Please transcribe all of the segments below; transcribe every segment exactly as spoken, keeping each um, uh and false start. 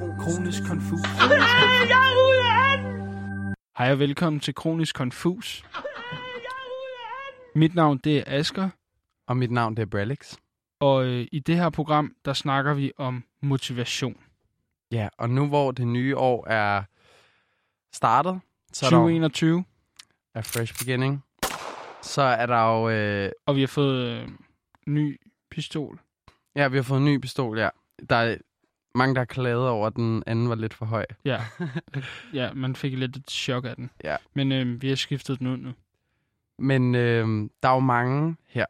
Kronisk Konfus. Hej og velkommen til Kronisk Konfus. Mit navn det er Asger. Og mit navn det er Brelix. Og øh, i det her program, der snakker vi om motivation. Ja, og nu hvor det nye år er startet, så tyve enogtyve. er fresh beginning, så er der jo... Øh... Og vi har fået øh, ny pistol. Ja, vi har fået en ny pistol, ja. Der er mange, der har klaget over, at den anden var lidt for høj. Ja, ja, man fik lidt et chok af den. Ja. Men øh, vi har skiftet den ud nu. Men øh, der er jo mange her,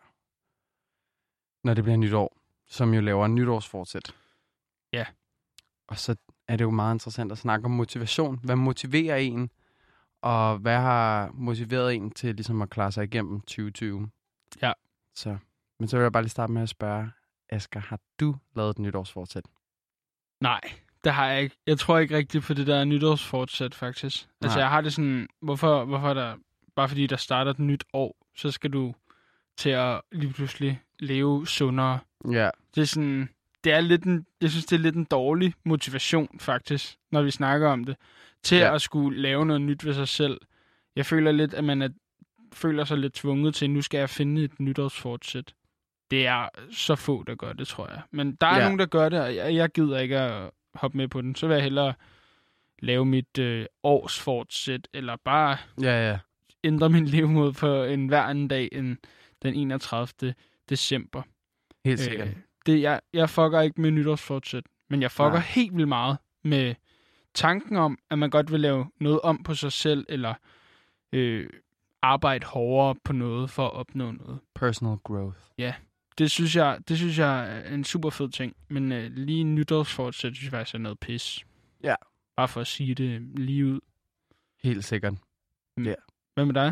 når det bliver nytår, som jo laver en nytårsfortsæt. Ja. Og så er det jo meget interessant at snakke om motivation. Hvad motiverer en, og hvad har motiveret en til ligesom at klare sig igennem tyve tyve? Ja. Så, men så vil jeg bare lige starte med at spørge, Asger, har du lavet et nytårsfortsæt? Nej, det har jeg ikke. Jeg tror ikke rigtigt på det der nytårsfortsæt, faktisk. Nej. Altså, jeg har det sådan, hvorfor, hvorfor er der, bare fordi der starter et nyt år, så skal du til at lige pludselig leve sundere. Ja. Det er sådan, det er lidt en, jeg synes, det er lidt en dårlig motivation, faktisk, når vi snakker om det, til ja. at skulle lave noget nyt ved sig selv. Jeg føler lidt, at man er, føler sig lidt tvunget til, nu skal jeg finde et nytårsfortsæt. Det er så få, der gør det, tror jeg. Men der er ja. nogen, der gør det, og jeg, jeg gider ikke at hoppe med på den. Så vil jeg hellere lave mit øh, årsfortsæt, eller bare ja, ja. ændre min levemåde på en hver anden dag end den enogtredivte december. Helt sikkert. Øh, det, jeg, jeg fucker ikke med nytårsfortsæt, men jeg fucker Nej. helt vildt meget med tanken om, at man godt vil lave noget om på sig selv, eller øh, arbejde hårdere på noget for at opnå noget. Personal growth. Ja. Det synes jeg, det synes jeg er en super fed ting, men øh, lige nytårsfortsæt synes jeg faktisk er noget pis. Ja. Bare for at sige det lige ud. Helt sikkert. Mm. Ja. Hvad med dig?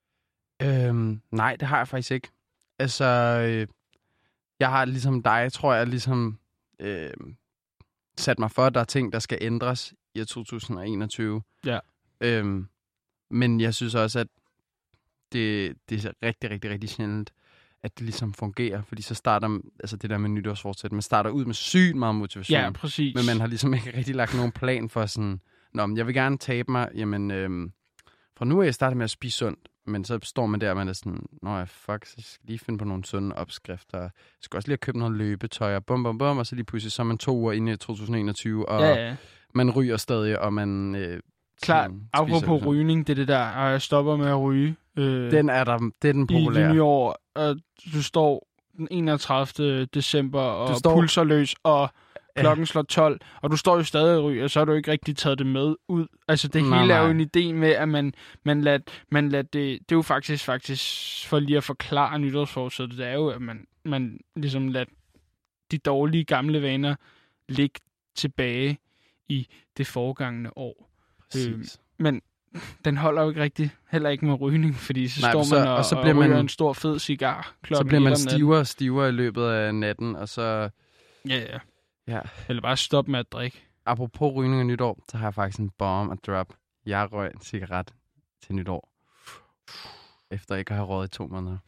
Øhm, nej, det har jeg faktisk ikke. Altså, øh, jeg har ligesom dig, tror jeg, ligesom øh, sat mig for, at der er ting, der skal ændres i to tusind enogtyve. Ja. Øhm, men jeg synes også, at det, det er rigtig, rigtig, rigtig sjældent, at det ligesom fungerer, fordi så starter altså det der med nytårsfortsæt, man starter ud med sygt meget motivation. Ja, præcis. Men man har ligesom ikke rigtig lagt nogen plan for sådan, nå, men jeg vil gerne tabe mig, jamen, øhm, fra nu af jeg starter med at spise sundt, men så står man der, og man er sådan, nå ja, fuck, så skal jeg lige finde på nogle sunde opskrifter, jeg skal også lige have købt noget løbetøj, og bum, bum, bum, og så lige pludselig, så er man to uger inde i to tusind enogtyve, og ja, ja. man ryger stadig, og man... Øh, Klart, apropos rygning, det er det der, og jeg stopper med at ryge. Øh, den er der, det er den populære. I det nye år, og du står den enogtredivte december og står... pulser løs, og klokken slår tolv, og du står jo stadig og ryger, og så har du ikke rigtig taget det med ud. Altså det nej, hele er jo nej. en idé med, at man, man lader man lad det, det er jo faktisk, faktisk for lige at forklare nytårsforsættet, det er jo, at man, man ligesom lader de dårlige gamle vaner ligge tilbage i det foregående år. Øh, men den holder jo ikke rigtig, heller ikke med rygning, fordi så Nej, står man så, og, og, så bliver og ryger man, en stor fed cigar klokken så bliver man stivere og stivere i løbet af natten, og så... Ja, ja. ja. Eller bare stoppe med at drikke. Apropos rygning og nytår, så har jeg faktisk en bomb at drop. Jeg røg en cigaret til nytår, efter ikke at have røget i to måneder.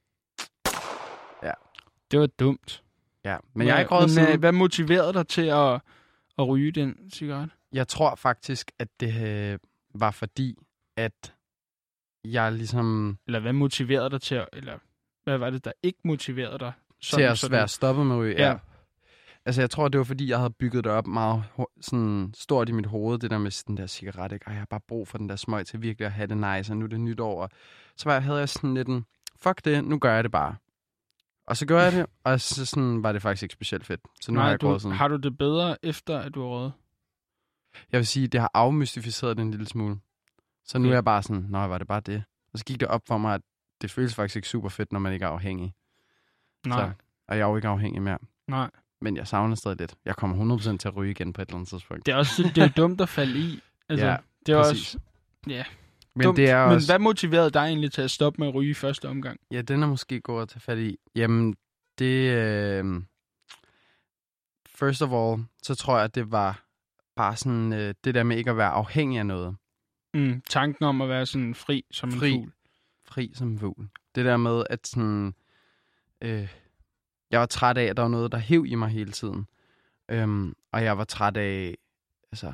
Ja. Det var dumt. Ja, men, men jeg har ikke røget siden... Hvad motiverede dig til at, at ryge den cigaret? Jeg tror faktisk, at det øh, var fordi, at jeg ligesom... Eller hvad motiverede dig til at... Eller hvad var det, der ikke motiverede dig? Sådan, til at sådan... være stoppet med ryge, ja. ja. Altså, jeg tror, det var fordi, jeg havde bygget det op meget sådan stort i mit hoved, det der med den der cigaret, ikke? Og jeg har bare brug for den der smøg til virkelig at have det nice, og nu er det nytår. Og så var jeg, havde jeg sådan lidt en, fuck det, nu gør jeg det bare. Og så gør jeg det, og så sådan, var det faktisk ikke specielt fedt. Så nu Nej, har jeg du, gået sådan... Har du det bedre, efter at du har røget? Jeg vil sige, det har afmystificeret den en lille smule. Så nu okay. er jeg bare sådan, nå, var det bare det? Og så gik det op for mig, at det føles faktisk ikke super fedt, når man ikke er afhængig. Nej. Så, og jeg er jo ikke afhængig mere. Nej. Men jeg savner stadig lidt. Jeg kommer hundrede procent til at ryge igen på et eller andet tidspunkt. Det er også det er dumt at falde i. Altså, ja, det er præcis. også... Ja, men, dumt. det er også... Men hvad motiverede dig egentlig til at stoppe med at ryge i første omgang? Ja, den er måske god at tage fat i. Jamen, det... Øh... First of all, så tror jeg, at det var bare sådan... Øh, det der med ikke at være afhængig af noget. Mm, tanken om at være sådan fri som fri, en fugl. Fri som en fugl. Det der med, at sådan... Øh... Jeg var træt af, at der var noget, der hev i mig hele tiden. Øhm, og jeg var træt af altså,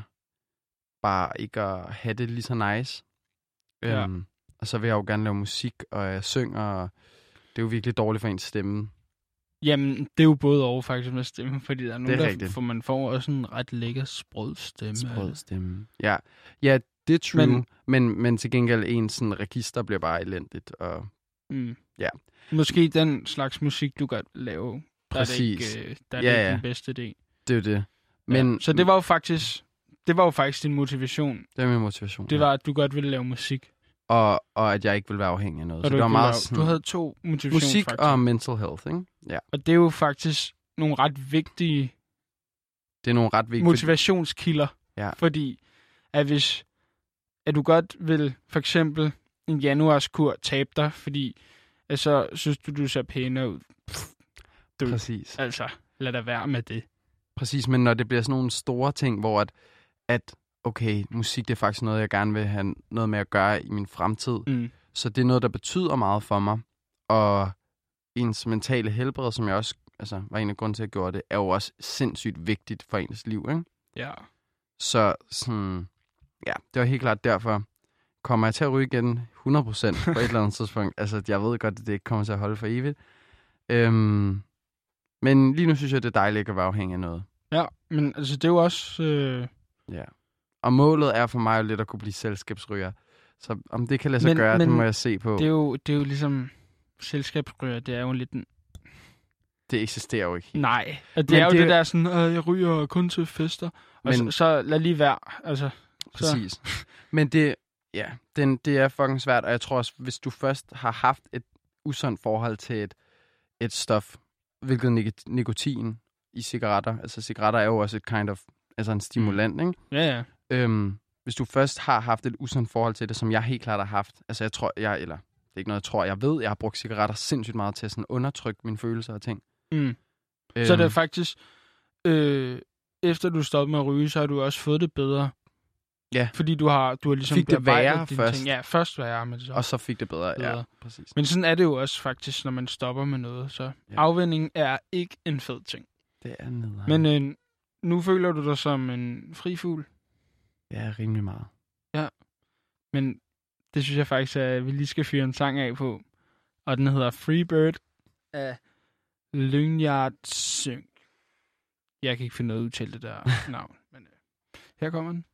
bare ikke at have det lige så nice. Ja. Øhm, og så vil jeg jo gerne lave musik, og jeg synger, og det er jo virkelig dårligt for ens stemme. Jamen, det er jo både over faktisk med stemme, fordi der er nogen, Det er der rigtigt. får, man får også en ret lækker sprød stemme. Sprød stemme. Ja. ja, det er true, Men- men, men, men til gengæld ens sådan, register bliver bare elendigt. Og Mm. Ja. Måske den slags musik, du godt vil lave, der Præcis. er det ikke, øh, der er Ja, det ikke ja. den bedste idé. det er jo det. Men Ja. Så det var jo faktisk, det var jo faktisk din motivation. det er min motivation. Det var, at du godt ville lave musik. Og, og at jeg ikke vil være afhængig af noget. Og Så du, det var ikke ville meget lave, sådan, du havde to motivationer, musik faktisk. og mental health, ikke? Ja. Og det er jo faktisk nogle ret vigtige Det er nogle ret vigtige... motivationskilder. Ja. Fordi at hvis at du godt vil for eksempel en januarskur tabe dig, fordi altså, synes du, du ser pænere ud. Pff, du, Præcis. altså, lad da være med det. Præcis, men når det bliver sådan nogle store ting, hvor at, at okay, musik det er faktisk noget, jeg gerne vil have noget med at gøre i min fremtid. Mm. Så det er noget, der betyder meget for mig. Og ens mentale helbred, som jeg også altså, var en af grunden til, at jeg gjorde det, er jo også sindssygt vigtigt for ens liv, ikke? Ja. Så sådan, ja, det var helt klart derfor, kommer jeg til at ryge igen hundrede procent på et eller andet tidspunkt. Altså, jeg ved godt, at det ikke kommer til at holde for evigt. Øhm, men lige nu synes jeg, det er dejligt at være afhængig af noget. Ja, men altså, det er jo også... Øh... Ja. Og målet er for mig jo lidt at kunne blive selskabsryger. Så om det kan lade sig Men- gøre, men det må jeg se på. Det er jo, det er jo ligesom... Selskabsryger, det er jo lidt en... Det eksisterer jo ikke helt. Nej, og det Men er jo det- det, det der sådan, at jeg ryger kun til fester. Og Men- så, så lad lige være. Altså, Præcis. Men det, ja, den, det er fucking svært, og jeg tror også, hvis du først har haft et usundt forhold til et, et stof, hvilket nik- nikotin i cigaretter, altså cigaretter er jo også et kind of, altså en stimulant, mm. ikke? ja, ja. Øhm, hvis du først har haft et usundt forhold til det, som jeg helt klart har haft, altså jeg tror, jeg, eller det er ikke noget, jeg tror, jeg ved, jeg har brugt cigaretter sindssygt meget til at sådan undertrykke mine følelser og ting. Mm. Øhm, Så det er faktisk... Øh, efter du stoppede med at ryge, så har du også fået det bedre. Ja. Fordi du har, du har ligesom Fik det bearbejdet værre dine først. Ting. Ja, først værre, men så Og så fik det bedre, bedre. ja, præcis. Men sådan er det jo også faktisk, når man stopper med noget. Så Ja. afvænning er ikke en fed ting. Det er nederen. Men øh, nu føler du dig som en frifugl. Ja, rimelig meget. Men det synes jeg faktisk, at vi lige skal fyre en sang af på. Og den hedder Freebird af Lyngard Syng. Jeg kan ikke finde noget ud til det der navn. Men øh, her kommer den.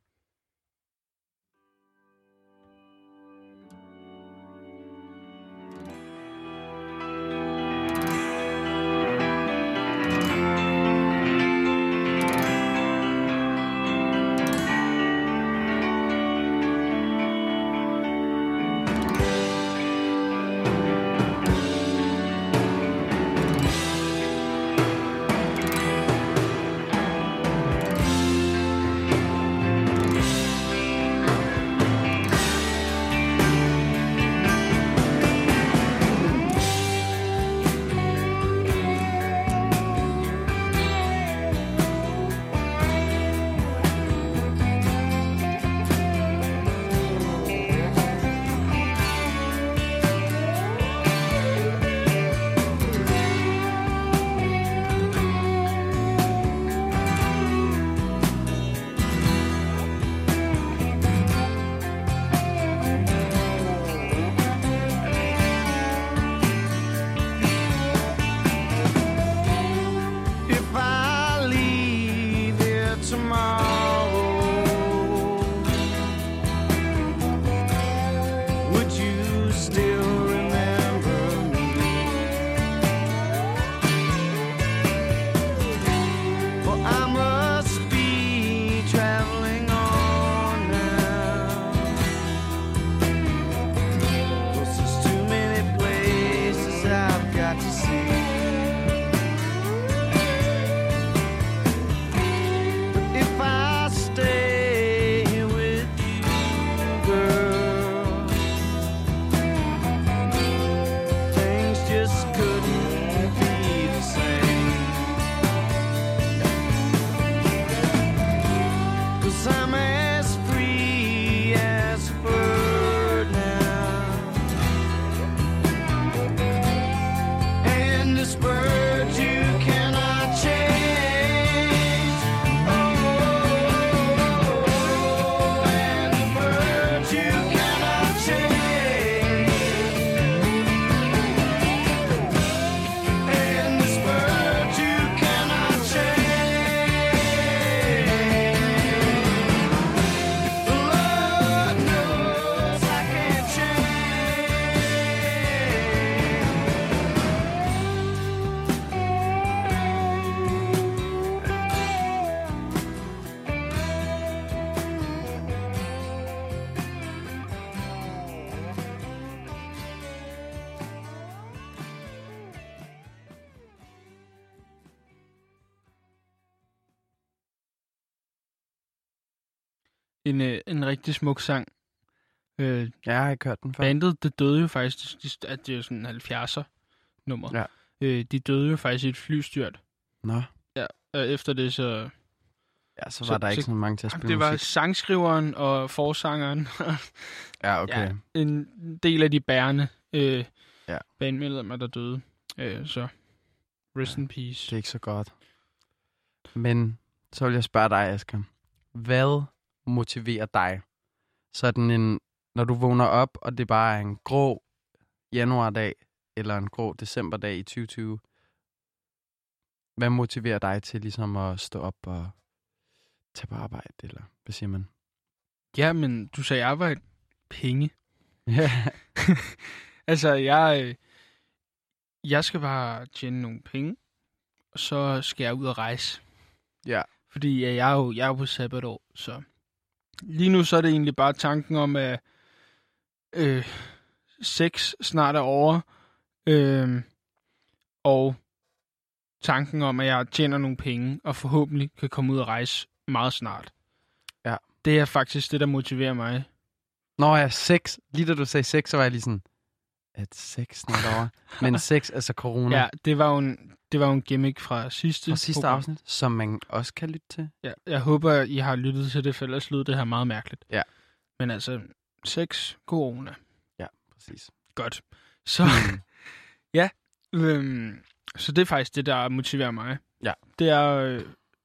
en, øh, en rigtig smuk sang. Øh, Ja, jeg har ikke hørt den før. bandet, det døde jo faktisk, de, at det er sådan en halvfjerdser nummer. Ja. Øh, de døde jo faktisk i et flystyrt. Nå. Ja, og efter det så... Ja, så var Så- der ikke så- så mange til at spille Det var musik. sangskriveren og forsangeren. Ja, okay. Ja, en del af de bærende øh, Ja. bandmedlemmer, der døde. Øh, så rest in peace. Det er ikke så godt. Men så vil jeg spørge dig, Asger. Hvad motiverer dig? Sådan en, når du vågner op, og det bare er en grå januardag, eller en grå decemberdag i tyve tyve. Hvad motiverer dig til ligesom at stå op og tage på arbejde, eller hvad siger man? Ja, men du sagde arbejde. Penge. Ja. Altså, jeg, øh, jeg skal bare tjene nogle penge, og så skal jeg ud og rejse. Ja. Fordi ja, jeg, er jo, jeg er jo på sabbatår, så lige nu så er det egentlig bare tanken om, at øh, sex snart er over, øh, og tanken om, at jeg tjener nogle penge, og forhåbentlig kan komme ud og rejse meget snart. Ja. Det er faktisk det, der motiverer mig. Nå ja, sex. Lige da du sagde sex, så var jeg lige sådan, at sex snart over. Men sex, altså corona. Ja, det var jo en, det var jo en gimmick fra sidste, Fra sidste program. afsnit, som man også kan lytte til. Ja, jeg håber, I har lyttet til det, for ellers lyder det her meget mærkeligt. Ja. Men altså, sex, corona. Præcis. Godt. Så, ja, øhm, så det er faktisk det, der motiverer mig. Ja. Det er... Øh,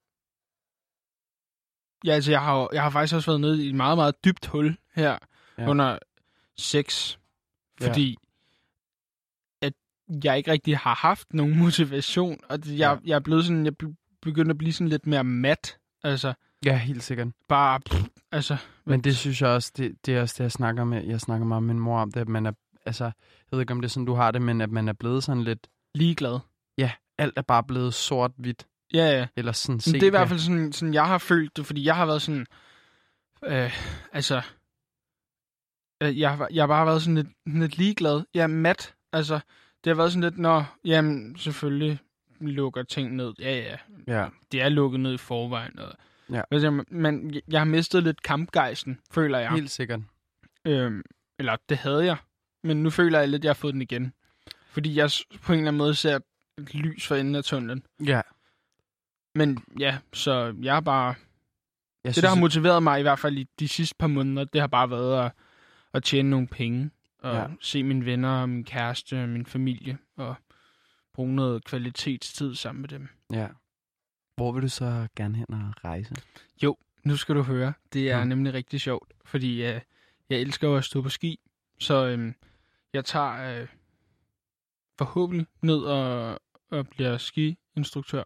ja, altså, jeg har, jeg har faktisk også været nede i et meget, meget dybt hul her Ja. ja. under sex. Fordi at jeg ikke rigtig har haft nogen motivation. Og det- jeg, Ja. jeg er blevet sådan... Jeg begynder at blive sådan lidt mere mat. Altså, Ja, helt sikkert. bare... Pff, altså, Men det synes jeg også, det, det er også det, jeg snakker med. Jeg snakker meget med min mor om det, at man er, altså, jeg ved ikke, om det er sådan, du har det, men at man er blevet sådan lidt, ligeglad. ja, alt er bare blevet sort-hvidt, Ja, ja. eller sådan Men set. det er i hvert fald sådan, sådan, jeg har følt det, fordi jeg har været sådan, øh, altså, øh, jeg, har- jeg har bare været sådan lidt, lidt ligeglad. Ja, mat, altså, det har været sådan lidt, nå, jamen, selvfølgelig lukker ting ned. Ja, ja, Ja, det er lukket ned i forvejen. Og, Ja. altså, men jeg har mistet lidt kampgejsten, føler jeg. helt sikkert. Øhm, eller det havde jeg, men nu føler jeg lidt, at jeg har fået den igen. Fordi jeg s- på en eller anden måde ser et lys for enden af tunnelen. Ja. Men ja, så jeg har bare... Jeg Det, der har motiveret mig i hvert fald i de sidste par måneder, det har bare været at, at tjene nogle penge. Og Ja. ja. se mine venner, min kæreste, min familie. Og bruge noget kvalitetstid sammen med dem. Ja. Hvor vil du så gerne hen og rejse? Nu skal du høre. Det er Hmm. nemlig rigtig sjovt. Fordi uh, jeg elsker jo at stå på ski. Så øhm, jeg tager øh, forhåbentlig ned og, og bliver skiinstruktør.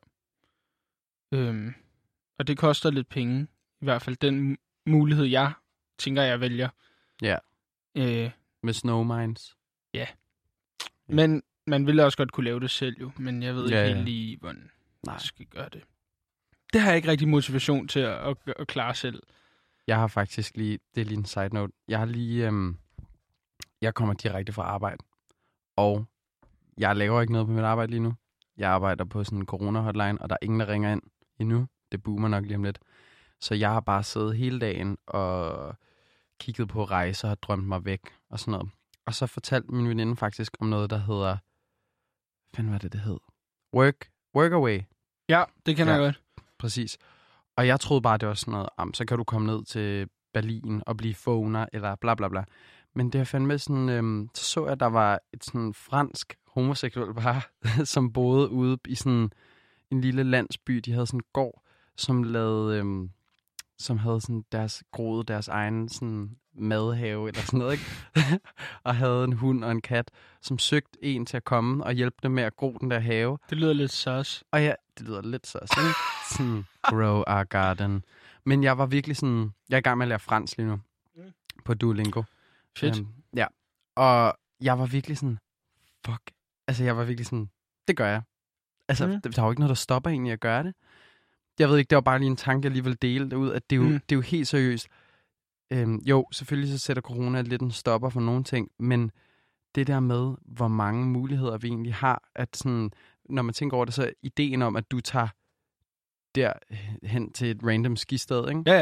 Øhm, og det koster lidt penge. I hvert fald den mu- mulighed, jeg tænker, jeg vælger. Ja. Øh, Med Snowminds? Ja. Men man ville også godt kunne lave det selv jo, men jeg ved ikke Ja, ja. helt lige, hvordan Nej. jeg skal gøre det. Det har jeg ikke rigtig motivation til at, at, at klare selv. Jeg har faktisk lige, det er lige en side note, jeg har lige, øhm, jeg kommer direkte fra arbejde, og jeg laver ikke noget på mit arbejde lige nu. Jeg arbejder på sådan en corona-hotline, og der er ingen, der ringer ind endnu. Det boomer nok lige om lidt. Så jeg har bare siddet hele dagen og kigget på rejser og drømt mig væk og sådan noget. Og så fortalte min veninde faktisk om noget, der hedder, hvad fanden var det, det hed? Work, Workaway. Ja, det kan Ja. jeg godt. Præcis. Og jeg troede bare, det var sådan noget, am, så kan du komme ned til Berlin og blive phoner, eller bla bla bla. Men det har fandme sådan, øhm, så så jeg, at der var et sådan fransk homoseksuel par, som boede ude i sådan en lille landsby. De havde sådan en gård, som lavede, øhm, som havde sådan deres, groet deres egen sådan madhave, eller sådan noget, ikke? Og havde en hund og en kat, som søgte en til at komme og hjælpe dem med at gro den der have. Det lyder lidt sus. Og ja, det lyder lidt så sådan, sådan grow our garden. Men jeg var virkelig sådan, jeg er i gang med at lære fransk lige nu, Mm. på Duolingo. Fedt. Øhm, ja, og jeg var virkelig sådan, fuck, altså jeg var virkelig sådan, det gør jeg. Altså, Mm. der, der er jo ikke noget, der stopper egentlig at gøre det. Jeg ved ikke, det var bare lige en tanke, jeg lige ville dele det ud, at det er jo, Mm. det er jo helt seriøst. Øhm, jo, selvfølgelig så sætter corona lidt en stopper for nogle ting, men det der med, hvor mange muligheder vi egentlig har, at sådan, når man tænker over det, så ideen om, at du tager der hen til et random skisted, ikke? Ja, ja.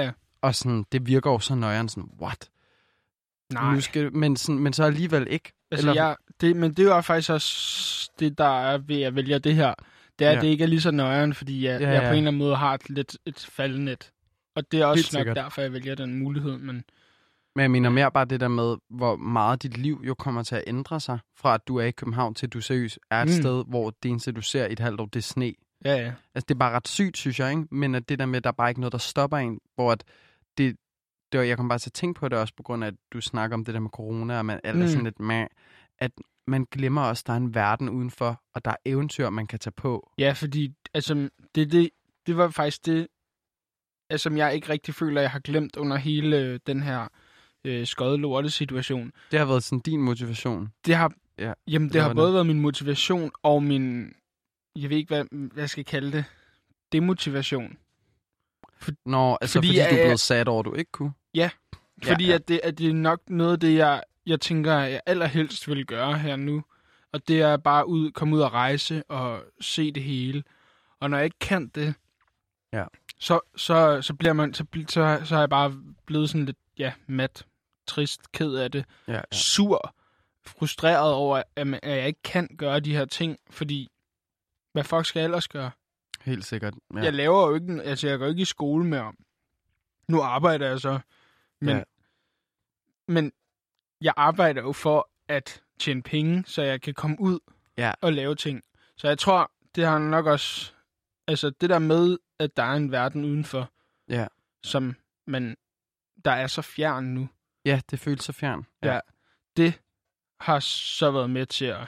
Og sådan, det virker jo så nøjeren sådan, what? Nej. Nu skal, men, sådan, men så alligevel ikke. Altså, Eller... jeg, det, men det er jo faktisk også det, der er ved at vælge det her. Det er, Ja. at det ikke er lige så nøjeren, fordi jeg, Ja, jeg ja. på en eller anden måde har et lidt et faldnet. Og det er også Helt nok sikkert. derfor, jeg vælger den mulighed. Men Men jeg mener mere bare det der med, hvor meget dit liv jo kommer til at ændre sig, fra at du er i København til at du seriøst er et Mm. sted, hvor det eneste, du ser i et halvt år, det er sne. ja, ja. Altså, det er bare ret sygt, synes jeg, ikke? Men at det der med, at der er bare ikke noget, der stopper en, hvor at det, det var, jeg kom bare til at tænke på det også, på grund af, at du snakker om det der med corona, og man alt er Mm. sådan lidt med, at man glemmer også, at der er en verden udenfor, og der er eventyr, man kan tage på. Ja, fordi altså, det, det, det var faktisk det, altså, som jeg ikke rigtig føler, jeg har glemt under hele øh, den her øh, skøde lorte situation. Det har været sådan din motivation. Det har, Ja, jamen, det, det har var både det. været min motivation og min, jeg ved ikke, hvad, hvad jeg skal kalde det, demotivation. Nå, altså Fordi, fordi, fordi du er øh, blevet sat over, du ikke kunne. Fordi Ja, ja. At, det, at det er nok noget af det, jeg, jeg tænker, jeg allerhelst vil gøre her nu. Og det er bare ud, komme ud og rejse og se det hele. Og når jeg ikke kan det, Ja. så, så, så, bliver man, så, bl- så, så er jeg bare blevet sådan lidt ja, mat, trist, ked af det, Ja, ja. sur, frustreret over, at, man- at jeg ikke kan gøre de her ting, fordi hvad fuck skal jeg ellers gøre? Helt sikkert. Ja. Jeg laver jo ikke, altså jeg går ikke i skole mere. Nu arbejder jeg så, men, Ja. men jeg arbejder jo for at tjene penge, så jeg kan komme ud Ja. og lave ting. Så jeg tror, det har nok også, altså det der med, at der er en verden udenfor, Ja. som man, der er så fjern nu, Ja, det føles så fjern. Ja. det har så været med til at,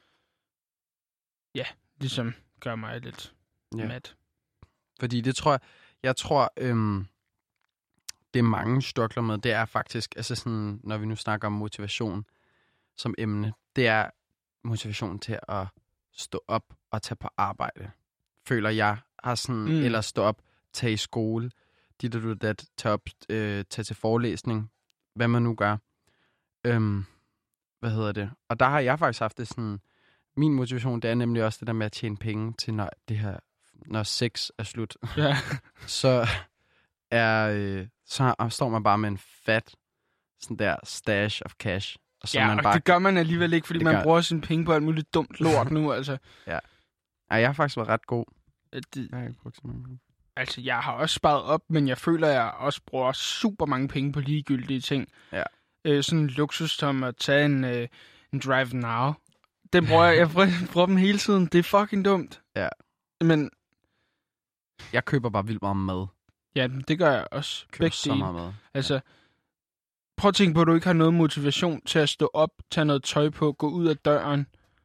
ja, ligesom gøre mig lidt Ja. mat. Fordi det tror jeg, jeg tror, øhm, det er mange stokler med, det er faktisk, altså sådan, når vi nu snakker om motivation som emne, det er motivation til at stå op og tage på arbejde. Føler jeg har sådan, Mm. mm. eller stå op, tage i skole, dit og du dat, tage op, øh, tage til forelæsning, hvad man nu gør. Øhm, hvad hedder det? Og der har jeg faktisk haft det sådan, min motivation, det er nemlig også det der med at tjene penge til, når det her, når sex er slut. Ja. så er øh, så står man bare med en fat sådan der stash of cash. Og så ja, man og bare... det gør man alligevel ikke, fordi Det man gør- bruger sine penge på alt muligt dumt lort nu, altså. Ej, jeg har faktisk været ret god. At det, Jeg har ikke brugt så mange penge. altså, jeg har også sparet op, men jeg føler, at jeg også bruger super mange penge på ligegyldige ting. Ja. Øh, sådan en luksus som at tage en, øh, en Drive Now. Den bruger jeg, jeg bruger, bruger dem hele tiden. Det er fucking dumt. Ja. Men Jeg køber bare vildt meget mad. ja, det gør jeg også. Køber Begge så dele. meget mad. Altså, prøv at tænke på, at du ikke har noget motivation til at stå op, tage noget tøj på, gå ud af døren,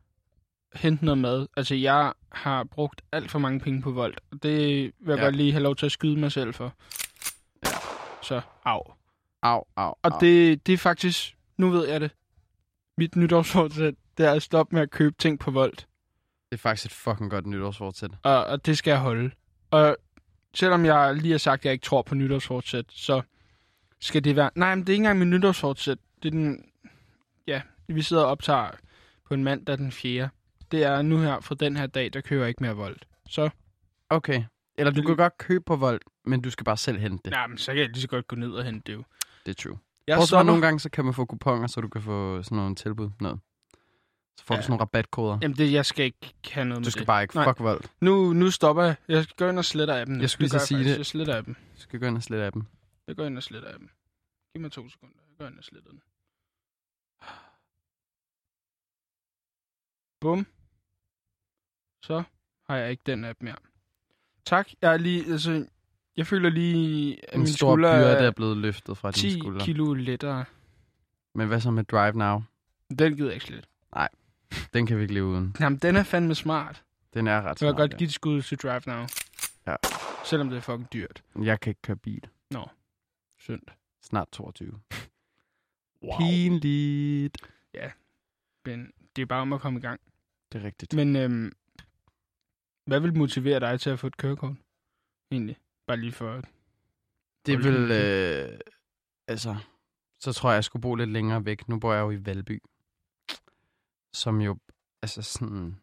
hente noget mad. Altså, jeg har brugt alt for mange penge på Volt, og det vil jeg Ja. godt lige have lov til at skyde mig selv for. Ja. Så, au. Au, au, Og au. det, det er faktisk, nu ved jeg det, mit nytårsforsæt, det er at stoppe med at købe ting på Volt. Det er faktisk et fucking godt nytårsfortsæt. Og, og det skal jeg holde. Og selvom jeg lige har sagt, at jeg ikke tror på nytårsforsæt, så skal det være... Nej, men det er ikke engang min nytårsforsæt. Det er den... Ja, vi sidder og optager på en mandag den fjerde. Det er nu her, fra den her dag, der køber jeg ikke mere Volt. Så, Okay. Eller du kan godt købe på Volt, men du skal bare selv hente det. nej, men så kan jeg lige så godt gå ned og hente det jo. Det er true. Jeg Også stopper... nogle gange, så kan man få kuponer, så du kan få sådan nogle tilbud. Noget. Så får Ja. du sådan nogle rabatkoder. Jamen, det, jeg skal ikke have noget med Du skal det. bare ikke Nej. fuck Volt. Nu, nu stopper jeg. Jeg skal gå ind og slette appen. Jeg skulle lige gør så sige faktisk. det. Jeg sletter appen. Du skal gå ind og slette af dem. Jeg går ind og sletter appen. Giv mig to sekunder. Jeg går ind og sletter den. Bum. Så har jeg ikke den app mere. Tak. Jeg er lige, altså, jeg føler lige, at En min stor skulder byrde er er blevet løftet fra dine ti skuldre. kilo lettere. Men hvad så med Drive Now? Den gider jeg ikke slet. Den kan vi ikke leve uden. Jamen, den er fandme smart. Den er ret Jeg vil smart. godt ja. give et skud til Drive Now. Ja. Selvom det er fucking dyrt. Jeg kan ikke køre bil. Synd. Snart toogtyve. Wow. Pinligt. Men det er bare om at komme i gang. Det er rigtigt. Men øhm, hvad vil motivere dig til at få et kørekort? Egentlig. Bare lige for... Det Hold vil... kæft. Øh, altså... Så tror jeg, jeg skulle bo lidt længere væk. Nu bor jeg jo i Valby. Som jo... Altså sådan...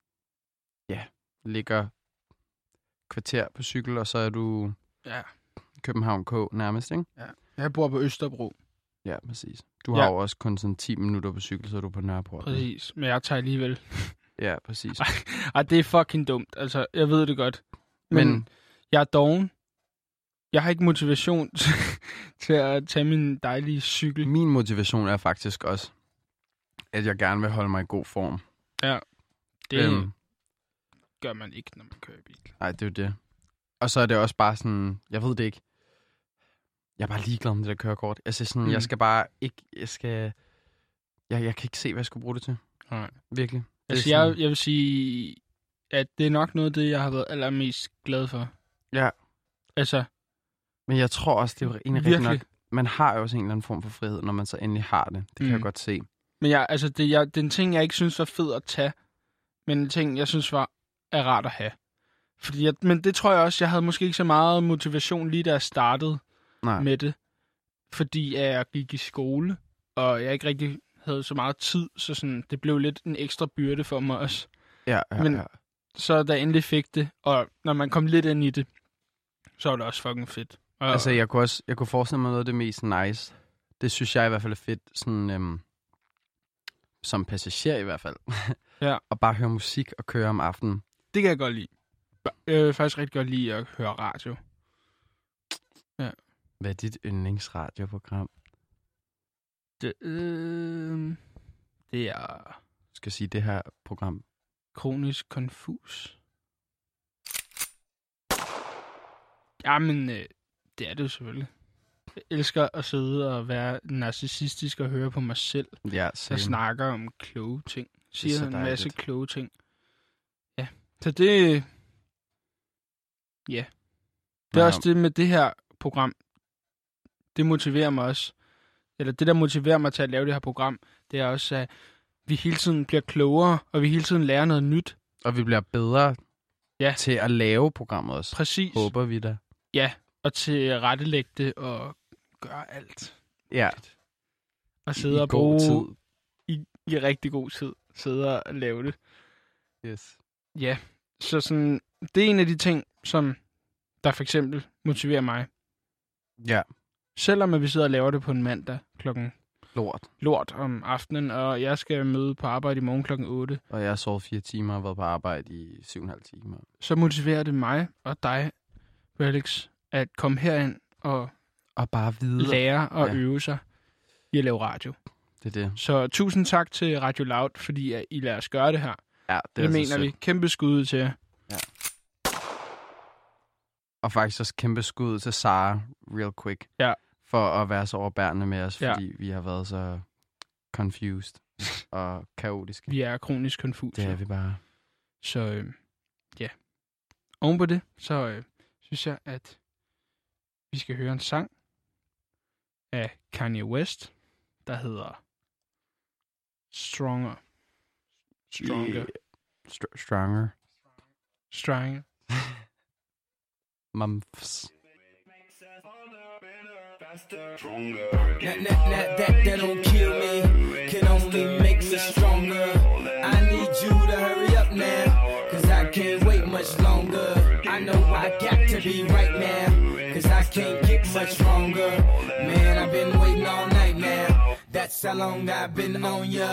Ja. Ligger kvarter på cykel, og så er du... Ja. København K nærmest, ikke? Ja. Jeg bor på Østerbro. Ja, præcis. Du ja. har jo også kun sådan ti minutter på cykel, så er du på Nørreport. Præcis, men jeg tager alligevel. Ja, præcis. Ej, ej, det er fucking dumt. Altså, jeg ved det godt. Men, men... jeg er doven. Jeg har ikke motivation til at tage min dejlige cykel. Min motivation er faktisk også, at jeg gerne vil holde mig i god form. Ja, det øhm. gør man ikke, når man kører bil. Nej, det er jo det. Og så er det også bare sådan, jeg ved det ikke. Jeg er bare ligeglad med det der kørekort. Altså sådan, mm. jeg skal bare ikke, jeg skal, jeg, jeg kan ikke se, hvad jeg skulle bruge det til. Nej. Virkelig. Altså, sådan... jeg, jeg vil sige, at det er nok noget af det, jeg har været allermest glad for. Ja. Altså. Men jeg tror også, det er jo egentlig rigtig nok. Man har jo også en eller anden form for frihed, når man så endelig har det. Det kan mm. jeg godt se. Men jeg, altså, det, jeg, det er en ting, jeg ikke synes var fed at tage. Men en ting, jeg synes var er rart at have. Fordi jeg, men det tror jeg også, jeg havde måske ikke så meget motivation lige da jeg startede Nej. med det. Fordi jeg gik i skole, og jeg ikke rigtig havde så meget tid, så sådan, det blev lidt en ekstra byrde for mig også. Ja, ja, men ja. Så da jeg endelig fik det, og når man kom lidt ind i det, så var det også fucking fedt. Og, altså, jeg kunne også jeg kunne forestille mig noget af det mest nice. Det synes jeg i hvert fald er fedt, sådan øhm, som passager i hvert fald. Ja. Og bare høre musik og køre om aftenen. Det kan jeg godt lide. Jeg vil faktisk rigtig godt lide at høre radio. Ja. Hvad er dit yndlingsradioprogram? Det, øh, det er... Jeg skal sige, det her program. Kronisk Konfus. Jamen, øh, det er det jo selvfølgelig. Jeg elsker at sidde og være narcissistisk og høre på mig selv. Ja, jeg snakker om kloge ting. Siger en masse kloge ting. Ja, så det... Ja. Det er ja. også det med det her program. Det motiverer mig også. Eller det, der motiverer mig til at lave det her program, det er også, at vi hele tiden bliver klogere, og vi hele tiden lærer noget nyt. Og vi bliver bedre ja. til at lave programmet også. Præcis. Håber vi da. Ja, og til at rettelægge det og gøre alt. Ja. Og sidde I og bruge tid. I, i rigtig god tid. Sidde og lave det. Yes. Ja, så sådan, det er en af de ting, som der for eksempel motiverer mig. Ja. Selvom at vi sidder og laver det på en mandag klokken lort. lort om aftenen, og jeg skal møde på arbejde i morgen klokken otte. Og jeg har sovet fire timer og været på arbejde i syv og en halv timer. Så motiverer det mig og dig, Alex, at komme herind og, og bare vide. lære og ja. øve sig i at lave radio. Det er det. Så tusind tak til Radio Loud, fordi at I lader os gøre det her. Ja, det, det mener vi. Kæmpe skud til jer. Ja. Og faktisk også kæmpe skud til Sara, real quick. Ja. For at være så overbærende med os, ja. fordi vi har været så confused og kaotiske. Vi er kronisk konfus. Det er vi bare. Så øh, ja. Oven på det, så øh, synes jeg, at vi skal høre en sang af Kanye West, der hedder Stronger. Stronger. Yeah. Str- stronger. Stronger. Mumps. That, that, that, that, that don't kill me, can only make me stronger. I need you to hurry up now, cause I can't wait much longer. I know I got to be right now, cause I can't get much stronger. Man, I've been waiting all night now, that's how long I've been on ya.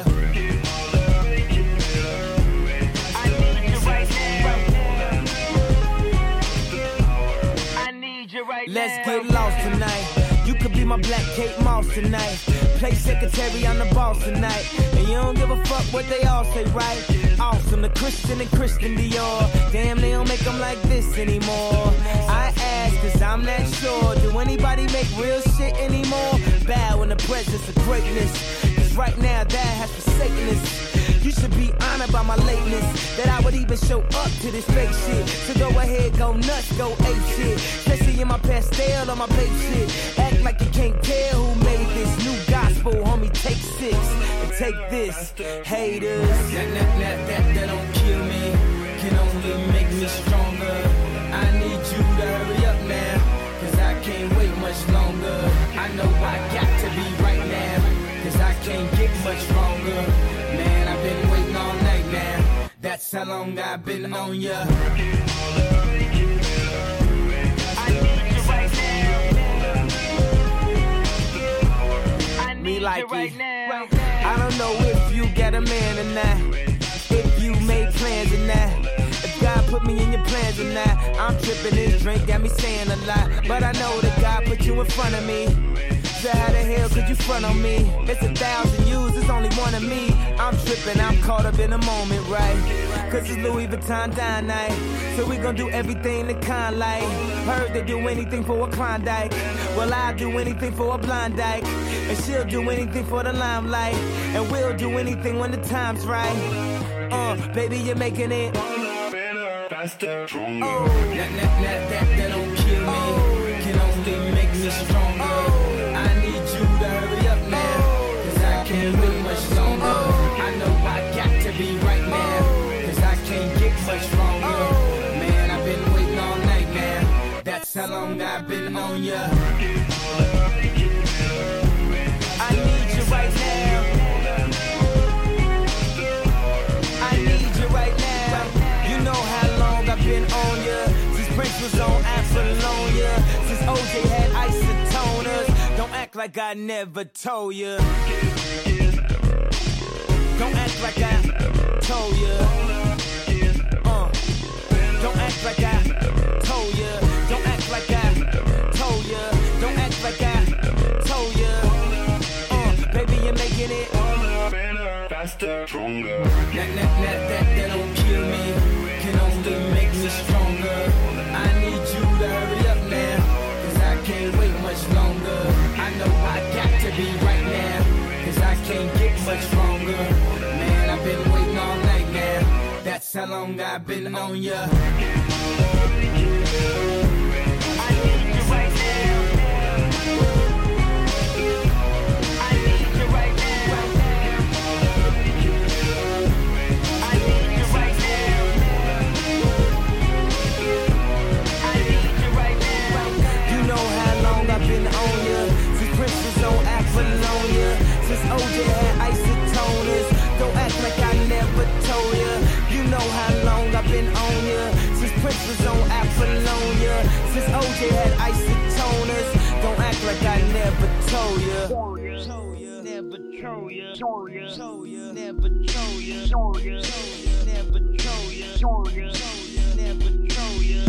Let's get lost tonight. You could be my black Kate Moss tonight. Play secretary on the boss tonight. And you don't give a fuck what they all say, right? Awesome, the Christian and Christian Dior. Damn, they don't make them like this anymore. I ask, cause I'm not sure. Do anybody make real shit anymore? Bow in the presence of greatness. Cause right now that has forsaken us. You should be honored by my lateness, that I would even show up to this fake shit. So go ahead, go nuts, go ape shit. Especially in my pastel or my babe shit. Act like you can't tell who made this new gospel, homie. Take six and take this, haters. That, that, that, that, that don't kill me, can only make me stronger. I need you to hurry up now, cause I can't wait much longer. I know I got to be right now, cause I can't get much stronger. Man, I've been waiting all night now, that's how long I've been on ya. I need you right now. Nike. I don't know if you got a man or not, if you made plans or not, if God put me in your plans or not. I'm tripping, this drink got me saying a lot, but I know that God put you in front of me. So how the hell could you front on me? It's a thousand yous, it's only one of me. I'm tripping, I'm caught up in the moment, right? Cause it's Louis Vuitton dine night, so we gon' do everything the kind like. Heard they do anything for a Klondike, well I'll do anything for a blind dyke, and she'll do anything for the limelight, and we'll do anything when the time's right. Uh, baby, you're making it faster, stronger. Oh, that, that, that, that, that don't kill me, oh, can only make me stronger. Oh, I need you to hurry up now, cause I can't wait much longer. Oh, I know I got to be right now, cause I can't get much stronger. Oh, man, I've been waiting all night now, that's how long I've been on ya. I need you right now, I need you right now. You know how long I've been on ya, since Prince was on Apollonia, since O J had isotoners. Don't act like I never told ya, don't act like I told ya, uh, don't act like I told ya, don't act like I told ya, don't act like I told ya, uh, baby you're making it faster, stronger. That, that, that, that, that don't kill me, can only make me stronger. I need you to hurry up now, cause I can't wait much longer. I know I got to be right now, cause I can't get much stronger. Man, I've been waiting all night now, that's how long I've been on ya. I need you right now, I need you right now, I need you right now, I need you right now. You know how long I've been on ya, since Prince was on Apollonia, since O J had isotoners. Don't act like I never told ya. You know how long I've been on ya, since Prince was on Apollonia, since O J had isotoners. Don't act like I never told ya. Never told ya. Never told ya. Never told ya. Never told ya. Never told ya.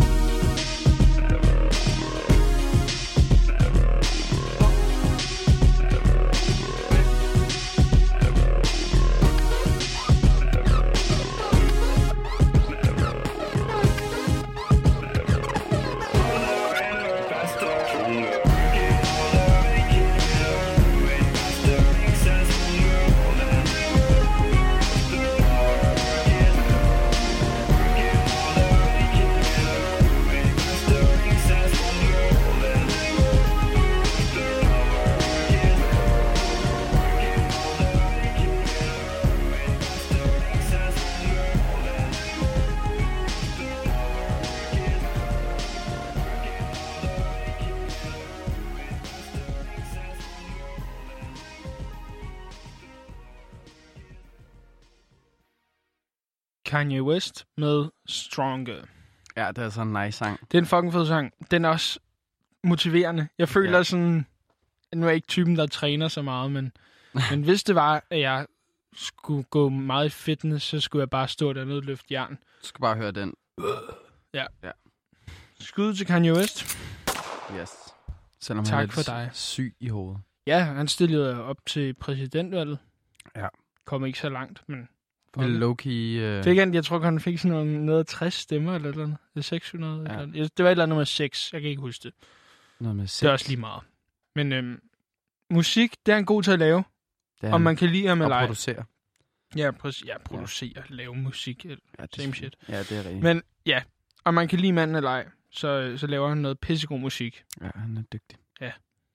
Kanye West med Stronger. Ja, det er sådan en nice sang. Det er en fucking fed sang. Den er også motiverende. Jeg føler ja. sådan... Nu er jeg ikke typen, der træner så meget, men, men hvis det var, at jeg skulle gå meget i fitness, så skulle jeg bare stå dernede og løfte jern. Du skal bare høre den. Ja. ja. Skud til Kanye West. Yes. Selvom tak han er for dig. Syg i hovedet. Ja, han stillede op til præsidentvalget. Ja. Kom ikke så langt, men... Low-key... Uh... Fik han, jeg tror, han fik sådan noget, noget tres stemmer, eller noget. Det seks hundrede, ja. eller det var et eller andet med seks. Jeg kan ikke huske det. Noget med seks. Det er også lige meget. Men øhm, musik, det er han god til at lave. Om man kan lide ham eller ej. Og producere. Ja, præcis. Ja, producere, ja. Lave musik. Ja, det same shit. Ja, det er rigtigt. Men ja, om man kan lide manden eller ej, så, så laver han noget pissegod musik. Ja, han er dygtig. Ja.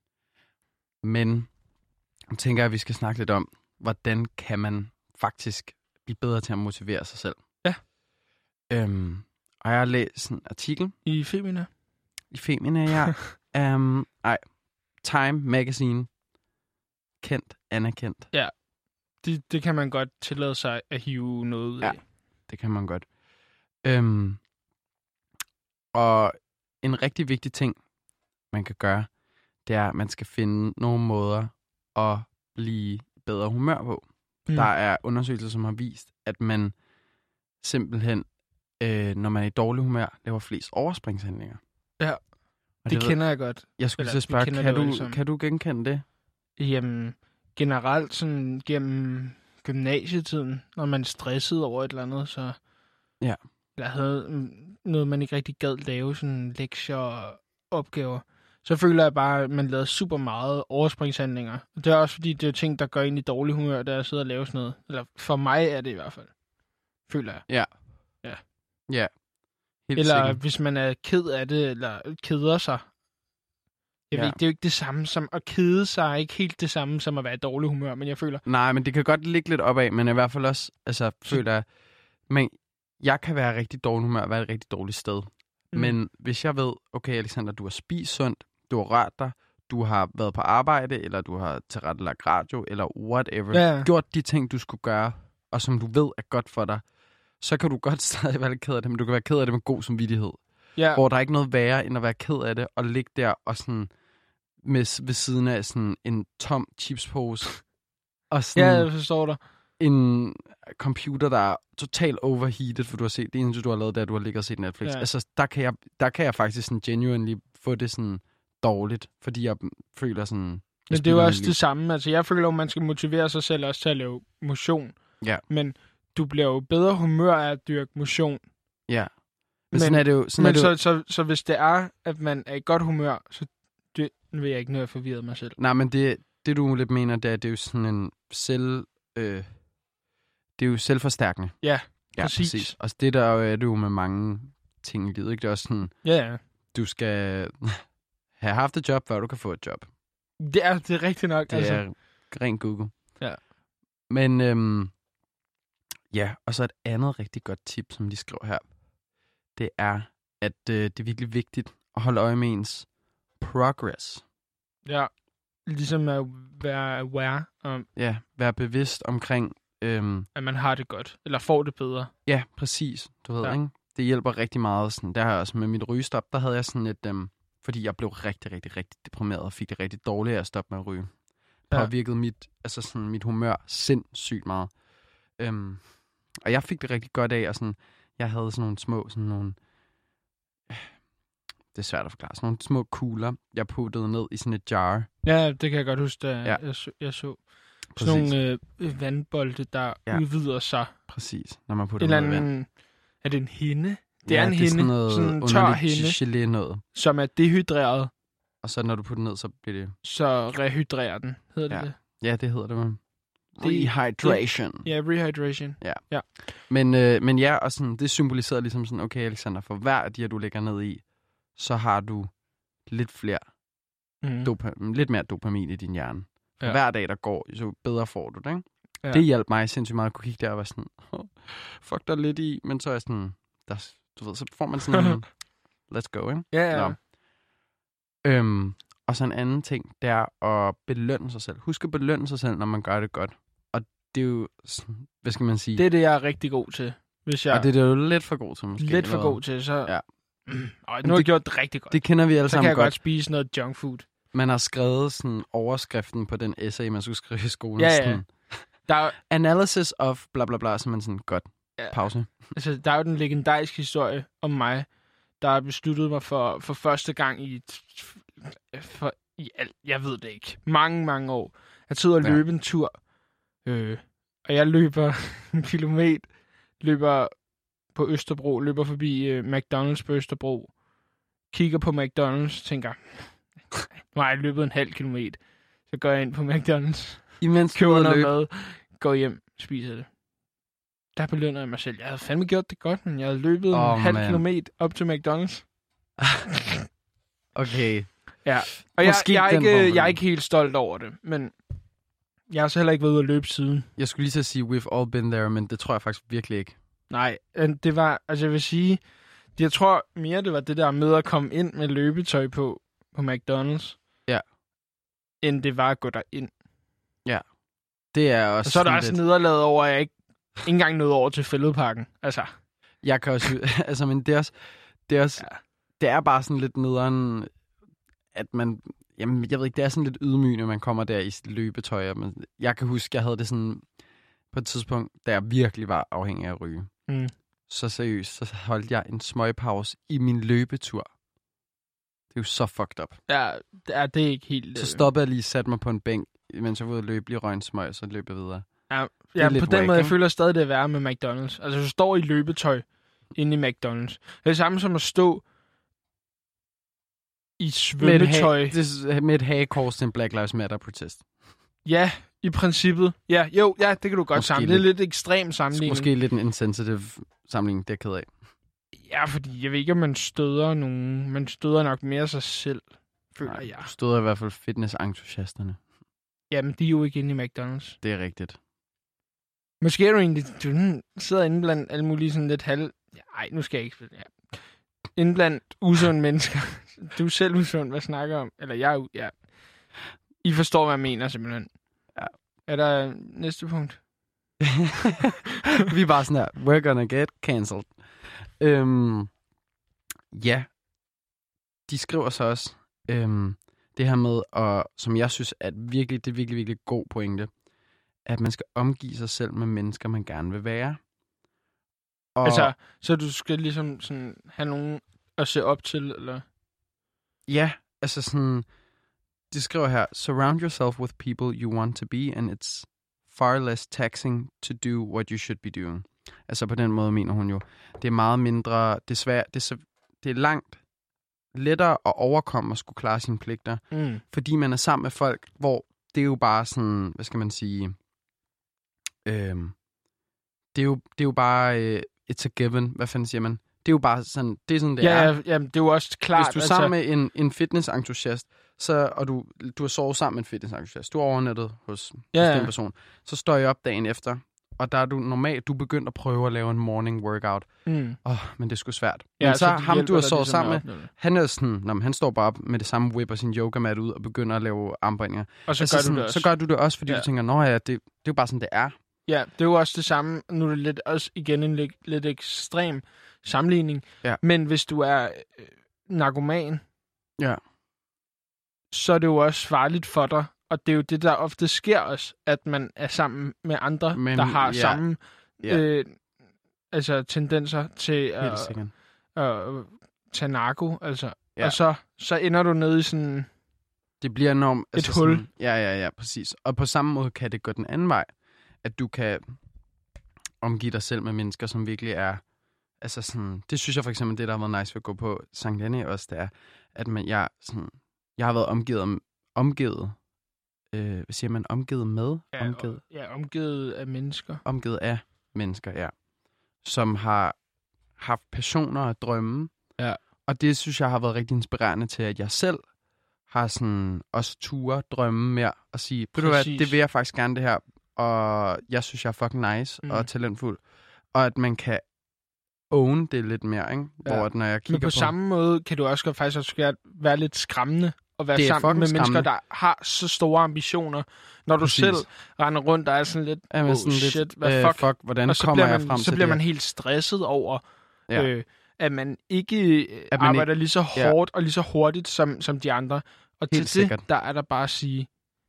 Men jeg tænker, at vi skal snakke lidt om, hvordan kan man faktisk blive bedre til at motivere sig selv. Ja. Øhm, og jeg har læst en artikel. I Femina? I Femina, ja. um, ej, Time Magazine. Kendt, anerkendt. Ja, det, det kan man godt tillade sig at hive noget ud af. Ja, det kan man godt. Øhm, og en rigtig vigtig ting, man kan gøre, det er, at man skal finde nogle måder at blive bedre humør på. Mm. Der er undersøgelser, som har vist, at man simpelthen, øh, når man er i dårlig humør, laver flest overspringshandlinger. Ja, og det, det kender ved, jeg godt. Jeg skulle så spørge, kan du, kan du genkende det? Jamen, generelt sådan gennem gymnasietiden, når man er stresset over et eller andet, så... Ja. Eller havde noget, man ikke rigtig gad lave, sådan lektier og opgaver. Så føler jeg bare, at man lavede super meget overspringshandlinger. Det er også fordi, det er ting, der gør en i dårlig humør, der sidder og laver sådan noget. Eller for mig er det i hvert fald. Føler jeg. Ja. Ja. Ja. Helt eller sikkert. Hvis man er ked af det, eller keder sig. Jeg ja. ved, det er jo ikke det samme som at kede sig, er ikke helt det samme som at være i dårlig humør, men jeg føler... Nej, men det kan godt ligge lidt opad, men i hvert fald også, altså, føler jeg... Men jeg kan være rigtig dårlig humør og være et rigtig dårligt sted. Mm. Men hvis jeg ved, okay, Alexander, du har spist sundt, du har rørt dig, du har været på arbejde, eller du har tilrettelagt radio, eller whatever, ja. gjort de ting, du skulle gøre, og som du ved er godt for dig, så kan du godt stadig være ked af det, men du kan være ked af det med god samvittighed. Ja. Hvor der er ikke noget værre, end at være ked af det, og ligge der og sådan, med, ved siden af sådan en tom chipspose, og sådan... Ja, jeg forstår dig. En computer, der er totalt overheated, for du har set det eneste, du har lavet, der du har ligget og set Netflix. Ja. Altså, der kan, jeg, der kan jeg faktisk sådan genuinely få det sådan dårligt, fordi jeg føler sådan... Men det er jo også det samme. Altså, jeg føler, at man skal motivere sig selv også til at lave motion. Ja. Men du bliver jo bedre humør af at dyrke motion. Ja. Men, men sådan er det jo... Sådan men er det så, jo... Så, så, så hvis det er, at man er i godt humør, så det, nu vil jeg ikke, når jeg forvirret mig selv. Nej, men det, det du lidt mener, det er, det er jo sådan en selv... Øh, det er jo selvforstærkende. Ja, ja præcis. præcis. Og det der er det jo med mange ting i livet, ikke? Det er også sådan... Ja, ja. Du skal have haft et job, før du kan få et job. Det er, det er rigtigt nok. Det altså. er ren Google. Ja. Men øhm, ja, og så et andet rigtig godt tip, som de skriver her, det er, at øh, det er virkelig vigtigt at holde øje med ens progress. Ja, ligesom at være aware om... Ja, være bevidst omkring... Øhm, at man har det godt, eller får det bedre. Ja, præcis. Du ved, ja. ikke? Det hjælper rigtig meget. Sådan, der har jeg også med mit rygestop, der havde jeg sådan et... Øhm, fordi jeg blev rigtig, rigtig, rigtig deprimeret og fik det rigtig dårligt af at stoppe med at ryge. Det har virket mit, altså sådan, mit humør sindssygt meget. Øhm, og jeg fik det rigtig godt af, og sådan, jeg havde sådan nogle små, sådan nogle... Det er svært at forklare. Sådan nogle små kugler, jeg puttede ned i sådan et jar. Ja, det kan jeg godt huske, da ja. jeg, så, jeg så. Sådan nogle øh, vandbolde, der ja. udvider sig. Præcis, når man putter dem ned i vand. Er det en hinde? Det ja, er en det hinde. Sådan, noget sådan en tør hinde. Gelé noget. Som er dehydreret. Og så når du putter ned, så bliver det... Så rehydrerer den, hedder det ja. det? Ja, det hedder det, man. Rehydration. Ja, rehydration. Ja. ja. Men, øh, men ja, og sådan, det symboliserer ligesom sådan, okay, Alexander, for hver af de her, du lægger ned i, så har du lidt flere, mm. dopa- lidt mere dopamin i din hjerne. For ja. hver dag, der går, så bedre får du det, ikke? Ja. Det hjalp mig sindssygt meget at kunne kigge der og være sådan, oh, fuck der lidt i, men så er jeg sådan, der, du ved, så får man sådan en, let's go, ikke? Ja, ja. Nå. Øhm, og så en anden ting, det er at belønne sig selv. Husk at belønne sig selv, når man gør det godt. Og det er jo, hvad skal man sige? Det er det, jeg er rigtig god til. Hvis jeg... Og det er jo lidt for god til, måske. Lidt for god til, så... Ja. Mm. Øj, nu har jeg gjort det rigtig godt. Det kender vi alle så sammen godt. Så kan jeg godt spise noget junk food. Man har skrevet sådan overskriften på den essay, man skulle skrive i skolen. Ja, ja. Sådan, der er... Analysis of bla bla bla, så man sådan, godt, ja. Pause. Altså, der er jo den legendariske historie om mig, der har besluttet mig for, for første gang i, for, i alt, jeg ved det ikke, mange, mange år, at sidde og løbe ja. en tur. Øh, og jeg løber en kilometer, løber på Østerbro, løber forbi øh, McDonald's på Østerbro, kigger på McDonald's, tænker, nu har jeg løbet en halv kilometer, så går jeg ind på McDonald's, imens køber noget mad, går hjem, spiser det. Der belønner jeg mig selv. Jeg havde fandme gjort det godt, men jeg havde løbet oh, en halv man. kilometer op til McDonald's. Okay. Ja, og jeg, jeg, er ikke, jeg er ikke helt stolt over det, men jeg har så heller ikke været ude at løbe siden. Jeg skulle lige så sige, we've all been there, men det tror jeg faktisk virkelig ikke. Nej, det var, altså jeg vil sige, jeg tror mere, det var det der med at komme ind med løbetøj på, på McDonald's. Ja. End det var at gå derind. Ja. Det er også... Og så er der også lidt... nederlaget over, at jeg ikke, ikke engang nåede over til Fælledparken. Altså. Jeg kan også... altså, men det er også... Det er, også, ja. Det er bare sådan lidt nederen, at man Jamen, jeg ved ikke, det er sådan lidt ydmygende, når man kommer der i sit løbetøj. Men jeg kan huske, jeg havde det sådan på et tidspunkt, da jeg virkelig var afhængig af at ryge. Mm. Så seriøst, så holdt jeg en smøgpause i min løbetur. Det er jo så fucked up. Ja, det er, det er ikke helt... Så stoppede jeg lige, satte mig på en bænk, mens jeg var ude at løbe, lige røg en smøg, så løb jeg videre. Ja, ja på den wack, måde, jeg ikke? føler stadig, det er værre med McDonald's. Altså, du står i løbetøj inde i McDonald's. Det er det samme som at stå i svømmetøj. Med et, ha- med et hagekors til en Black Lives Matter-protest. Ja, i princippet. Ja, jo, ja, det kan du godt Måske sammenligne. Det er lidt- lidt ekstrem sammenligning. Måske lidt en insensitive sammenligning, det er jeg ked af. Ja, fordi jeg ved ikke, om man støder nogen. Man støder nok mere sig selv, føler Nej, jeg. du stod i hvert fald fitness-entusiasterne. Jamen, de er jo ikke inde i McDonald's. Det er rigtigt. Måske er du egentlig... Du hmm, sidder inde blandt alle mulige sådan lidt halv... Nej, nu skal jeg ikke... Ja. Inde blandt usunde mennesker. Du er selv usund, hvad snakker om? Eller jeg er... u- Ja. I forstår, hvad jeg mener, simpelthen. Ja. Er der næste punkt? Vi er bare sådan her, we're gonna get cancelled. Øhm, ja, de skriver så også øhm, det her med, og, som jeg synes er et virkelig, det er virkelig, virkelig god pointe, at man skal omgive sig selv med mennesker, man gerne vil være. Og, Altså, så du skal ligesom sådan have nogen at se op til, eller... ja, altså sådan, de skriver her, surround yourself with people you want to be, and it's far less taxing to do what you should be doing. Altså på den måde mener hun jo, det er meget mindre, det er svært, det er, så, det er langt lettere at overkomme at skulle klare sine pligter, Mm. fordi man er sammen med folk, hvor det er jo bare sådan, hvad skal man sige, øhm, det, er jo, det er jo bare, øh, it's a given, hvad fanden siger man? Det er jo bare sådan, det er sådan, det Ja, er. ja, jamen, det er jo også klart... Hvis du er sammen med en, en fitnessentusiast, så, og du, du har sovet sammen med en fitnessentusiast, du er overnattet hos, Ja, hos ja. den person, så står jeg op dagen efter, og der er du normalt, du er begyndt at prøve at lave en morning workout. Mm. Åh, oh, men det er sgu svært. Ja, Men så, så så det ham, hjælper du har dig sovet ligesom sammen at med, opnå det. han er sådan, når han står bare op med det samme whip og sin yogamat ud og begynder at lave armbøjninger. Og så Altså gør du sådan, det også. Så gør du det også, fordi Ja. du tænker, nå ja, det, det er jo bare sådan, det er. Ja, det er jo også det samme. Nu er det lidt, også igen en lidt, lidt ekstrem sammenligning. Ja. Men hvis du er øh, narkoman, Ja. så er det jo også farligt for dig. Og det er jo det, der ofte sker også, at man er sammen med andre, Men, der har ja. samme Ja. øh, altså tendenser til Helt at, sikkert. at tage narko. Altså. Ja. Og så, så ender du nede i sådan... Det bliver enormt... Altså Et hul. Sådan, ja, ja, ja, præcis. Og på samme måde kan det gå den anden vej, at du kan omgive dig selv med mennesker, som virkelig er... Altså sådan, det synes jeg for eksempel, det der har været nice ved at gå på Sankt Janne også, det er, at man, jeg, sådan, jeg har været omgivet, om, omgivet øh, hvad siger man, omgivet med? Ja, Omgivet, ja, omgivet af mennesker. omgivet af mennesker, ja. Som har haft passioner og drømme. Ja. Og det synes jeg har været rigtig inspirerende til, at jeg selv har sådan også ture drømme mere og sige, ved du hvad, Præcis. det vil jeg faktisk gerne det her, og jeg synes, jeg er fucking nice Mm. mm. og talentfuld. Og at man kan own det lidt mere, ikke? Ja. Hvor at når jeg kigger Men på, på... samme måde kan du også godt faktisk også gerne være lidt skræmmende at være Det er sammen fucking med mennesker, skræmmende. der har så store ambitioner. Når du Præcis. selv render rundt, der er sådan lidt, Jamen, oh sådan shit, lidt, hvad øh, fuck? fuck, hvordan og så kommer bliver jeg man, frem så til bliver det? man helt stresset over, Ja. øh, at man ikke øh, At man arbejder lige så ja. hårdt og lige så hurtigt som, som de andre. Og til Helt det, sikkert. der er der bare at sige,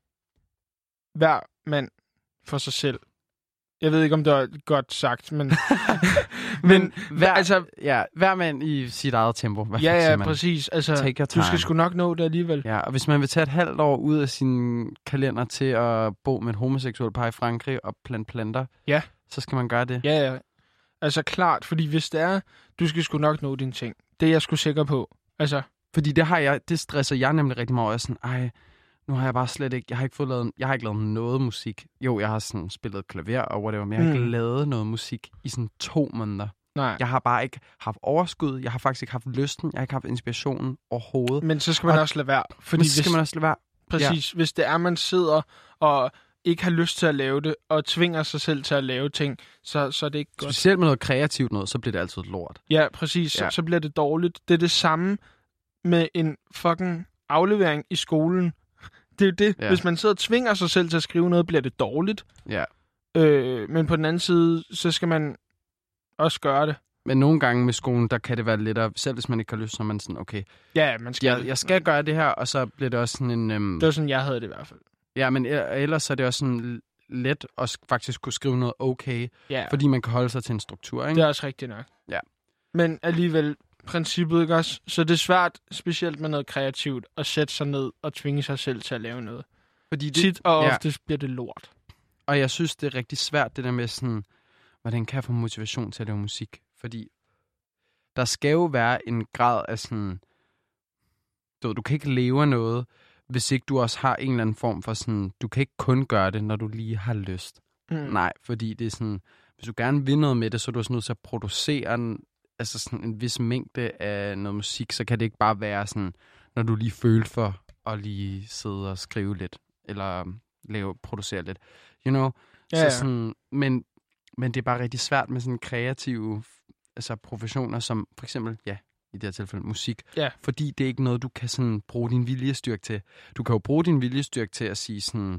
hver mand for sig selv. Jeg ved ikke, om det er godt sagt, men... Men hver, altså- altså, ja, hver mand i sit eget tempo. Hvad ja, fuck siger ja, man? præcis. Altså, Take your du skal time. sgu nok nå det alligevel. Ja, og hvis man vil tage et halvt år ud af sin kalender til at bo med et homoseksuelt par i Frankrig og plante planter, Ja. så skal man gøre det. Ja, ja. Altså klart, fordi hvis det er, du skal sgu nok nå dine ting. Det er jeg sgu sikker på. Altså, Fordi det har jeg, det stresser jeg nemlig rigtig meget over. Jeg er sådan, ej, nu har jeg bare slet ikke, jeg har ikke fået lavet, jeg har ikke lavet noget musik. Jo, jeg har sådan spillet klaver og whatever, men jeg har Mm. ikke lavet noget musik i sådan to måneder. nej. Jeg har bare ikke haft overskud, jeg har faktisk ikke haft lysten, jeg har ikke haft inspirationen overhovedet. Men så skal man Og- også lade være. Fordi Men så skal hvis, man også lade være. præcis, hvis det er, man sidder og ikke har lyst til at lave det, og tvinger sig selv til at lave ting, så, så er det ikke godt. Specielt med noget kreativt noget, så bliver det altid et lort. Ja, præcis. Ja. Ja. Så, så bliver det dårligt. Det er det samme med en fucking aflevering i skolen. Det er jo det. Ja. Hvis man sidder og tvinger sig selv til at skrive noget, bliver det dårligt. Ja. Øh, men på den anden side, så skal man også gøre det. Men nogle gange med skolen, der kan det være lettere, selv hvis man ikke har lyst, så er man sådan, okay, Ja, man skal... jeg, jeg skal gøre det her, og så bliver det også sådan en... Øhm, Det var sådan, jeg havde det i hvert fald. Ja, men ellers er det også sådan let at faktisk kunne skrive noget okay, Ja. fordi man kan holde sig til en struktur, ikke? Det er også rigtigt nok. Ja. Men alligevel, princippet ikke også? Så det er svært, specielt med noget kreativt, at sætte sig ned og tvinge sig selv til at lave noget. Fordi det, Tit og ja. oftest bliver det lort. Og jeg synes, det er rigtig svært, det der med sådan, hvordan kan jeg få motivation til at lave musik? Fordi der skal jo være en grad af sådan, du, du kan ikke leve af noget, hvis ikke du også har en eller anden form for sådan, du kan ikke kun gøre det, når du lige har lyst. Mm. Nej, fordi det er sådan, hvis du gerne vil noget med det, så er du også nødt til at producere en, altså sådan en vis mængde af noget musik, så kan det ikke bare være sådan, når du lige føler for at lige sidde og skrive lidt, eller lave, producere lidt, you know? Ja, så ja. sådan, men, men det er bare rigtig svært med sådan kreative altså professioner, som for eksempel, ja, i det her tilfælde musik, Ja. fordi det er ikke noget, du kan sådan bruge din viljestyrke til. Du kan jo bruge din viljestyrke til at sige sådan,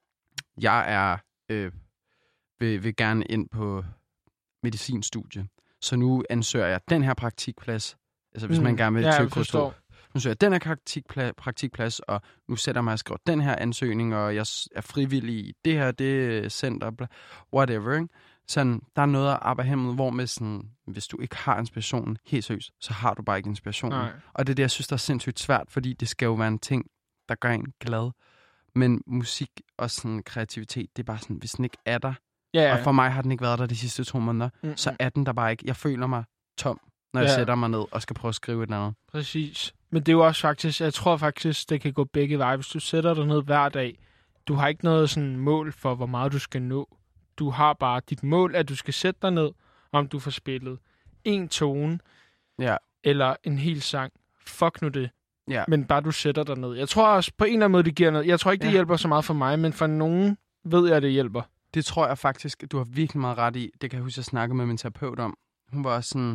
jeg er, øh, vil, vil gerne ind på medicinstudie, så nu ansøger jeg den her praktikplads, altså hvis mm. man gerne vil ja, til jeg forstår. K to. Nu søger jeg den her praktikplads, praktikplads, og nu sætter mig og skriver den her ansøgning, og jeg er frivillig i det her, det center, bla, whatever, ikke? Sådan, der er noget at arbejde hen mod, hvor med sådan, hvis du ikke har inspirationen, helt seriøst, så har du bare ikke inspirationen. Nej. Og det er det, jeg synes, der er sindssygt svært, fordi det skal jo være en ting, der gør en glad. Men musik og sådan kreativitet, det er bare sådan, hvis den ikke er der, Ja, ja. og for mig har den ikke været der de sidste to måneder, Mm-mm. så er den der bare ikke. Jeg føler mig tom, når jeg Ja. sætter mig ned og skal prøve at skrive et eller andet. Præcis. Men det er jo også faktisk, jeg tror faktisk, det kan gå begge veje. Hvis du sætter dig ned hver dag, du har ikke noget sådan mål for, hvor meget du skal nå. Du har bare dit mål, at du skal sætte dig ned, om du får spillet en tone, Ja. eller en hel sang. Fuck nu det. Ja. Men bare du sætter dig ned. Jeg tror også på en eller anden måde, det giver noget. Jeg tror ikke, det Ja. hjælper så meget for mig, men for nogen ved jeg, det hjælper. Det tror jeg faktisk, du har virkelig meget ret i. Det kan jeg huske, jeg snakkede med min terapeut om. Hun var også sådan,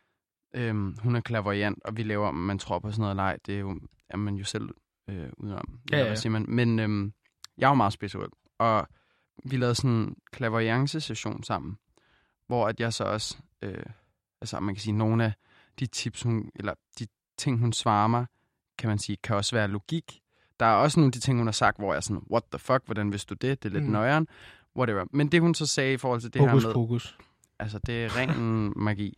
øhm, hun er clairvoyant, og vi laver, man tror på sådan noget leg, det er jo, er man jo selv øh, udenom. Ja, Eller ja. hvad siger man? Men øhm, jeg er jo meget spirituel, og vi lavede sådan en clairvoyance-session sammen, hvor at jeg så også, øh, altså man kan sige, nogle af de tips, hun, eller de ting, hun svarer mig, kan man sige, kan også være logik. Der er også nogle af de ting, hun har sagt, hvor jeg er sådan, what the fuck, hvordan vidste du det? Det er lidt Mm. mm. nøjeren. Whatever. Men det, hun så sagde i forhold til det Hokus her med... pokus. Altså, det er ren magi.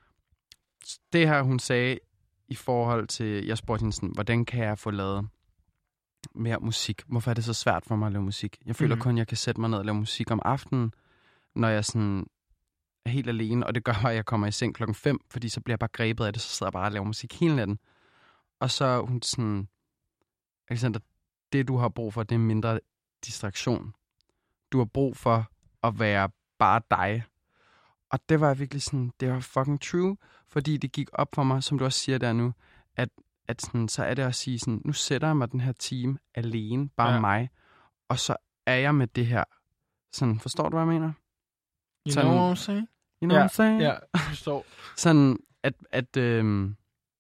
Det her, hun sagde i forhold til... Jeg spurgte hende sådan, hvordan kan jeg få lavet mere musik? Hvorfor er det så svært for mig at lave musik? Jeg føler Mhm. kun, jeg kan sætte mig ned og lave musik om aftenen, når jeg sådan er helt alene. Og det gør, at jeg kommer i seng klokken fem, fordi så bliver jeg bare grebet af det, så sidder jeg bare og laver musik hele natten. Og så er hun sådan... Alexander, det du har brug for, det er mindre distraktion. Du har brug for at være bare dig. Og det var virkelig sådan, det var fucking true, fordi det gik op for mig, som du også siger der nu, at, at sådan, så er det at sige sådan, nu sætter jeg mig den her time alene, bare Ja. ja. mig, og så er jeg med det her. Sådan, forstår du, hvad jeg mener? You Sådan- know what I'm saying? You know Ja, what I'm saying? Ja, jeg forstår. Sådan, at, at øhm,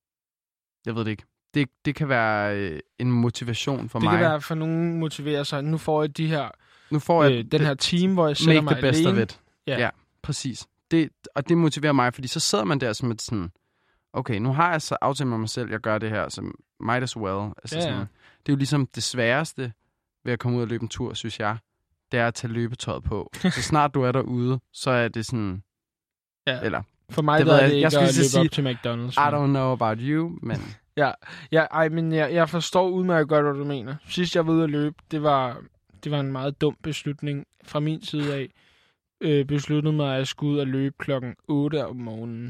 jeg ved det ikke. Det, det kan være øh, en motivation for Det mig. kan være, for nogen motiverer sig. Nu får jeg de her, Nu får jeg øh, den her team, hvor jeg sætter make mig the best alene. of it. Ja. Ja, præcis. Det, og det motiverer mig, fordi så sidder man der som et sådan, okay, nu har jeg så aftalt med mig selv, jeg gør det her, så might as well. Altså Ja, ja. sådan, det er jo ligesom det sværeste ved at komme ud og løbe en tur, synes jeg, det er at tage løbetøjet på. Så snart du er derude, så er det sådan, Ja. eller, For mig Det der ved er jeg- det jeg ikke skulle at lige løbe sige, op til McDonald's. I don't know about you, men Ja, ja ej, men jeg, jeg forstår udmærket godt, hvad du mener. Sidst jeg var ude at løbe, det var, det var en meget dum beslutning fra min side af. Øh, besluttede mig, at jeg skulle ud og løbe klokken otte om morgenen.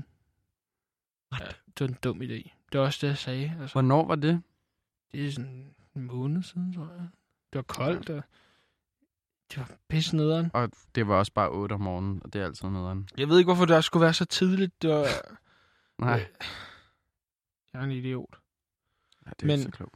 Ja, det var en dum idé. Det var også det, jeg sagde. Altså, hvornår var det? det er sådan en måned siden, tror jeg. Det var koldt, og det var pisse nederen. Og det var også bare otte om morgenen, og det er altid nederen. Jeg ved ikke, hvorfor det også skulle være så tidligt. Det var... Nej, Jeg er en idiot. ja, det er Men- ikke så klogt.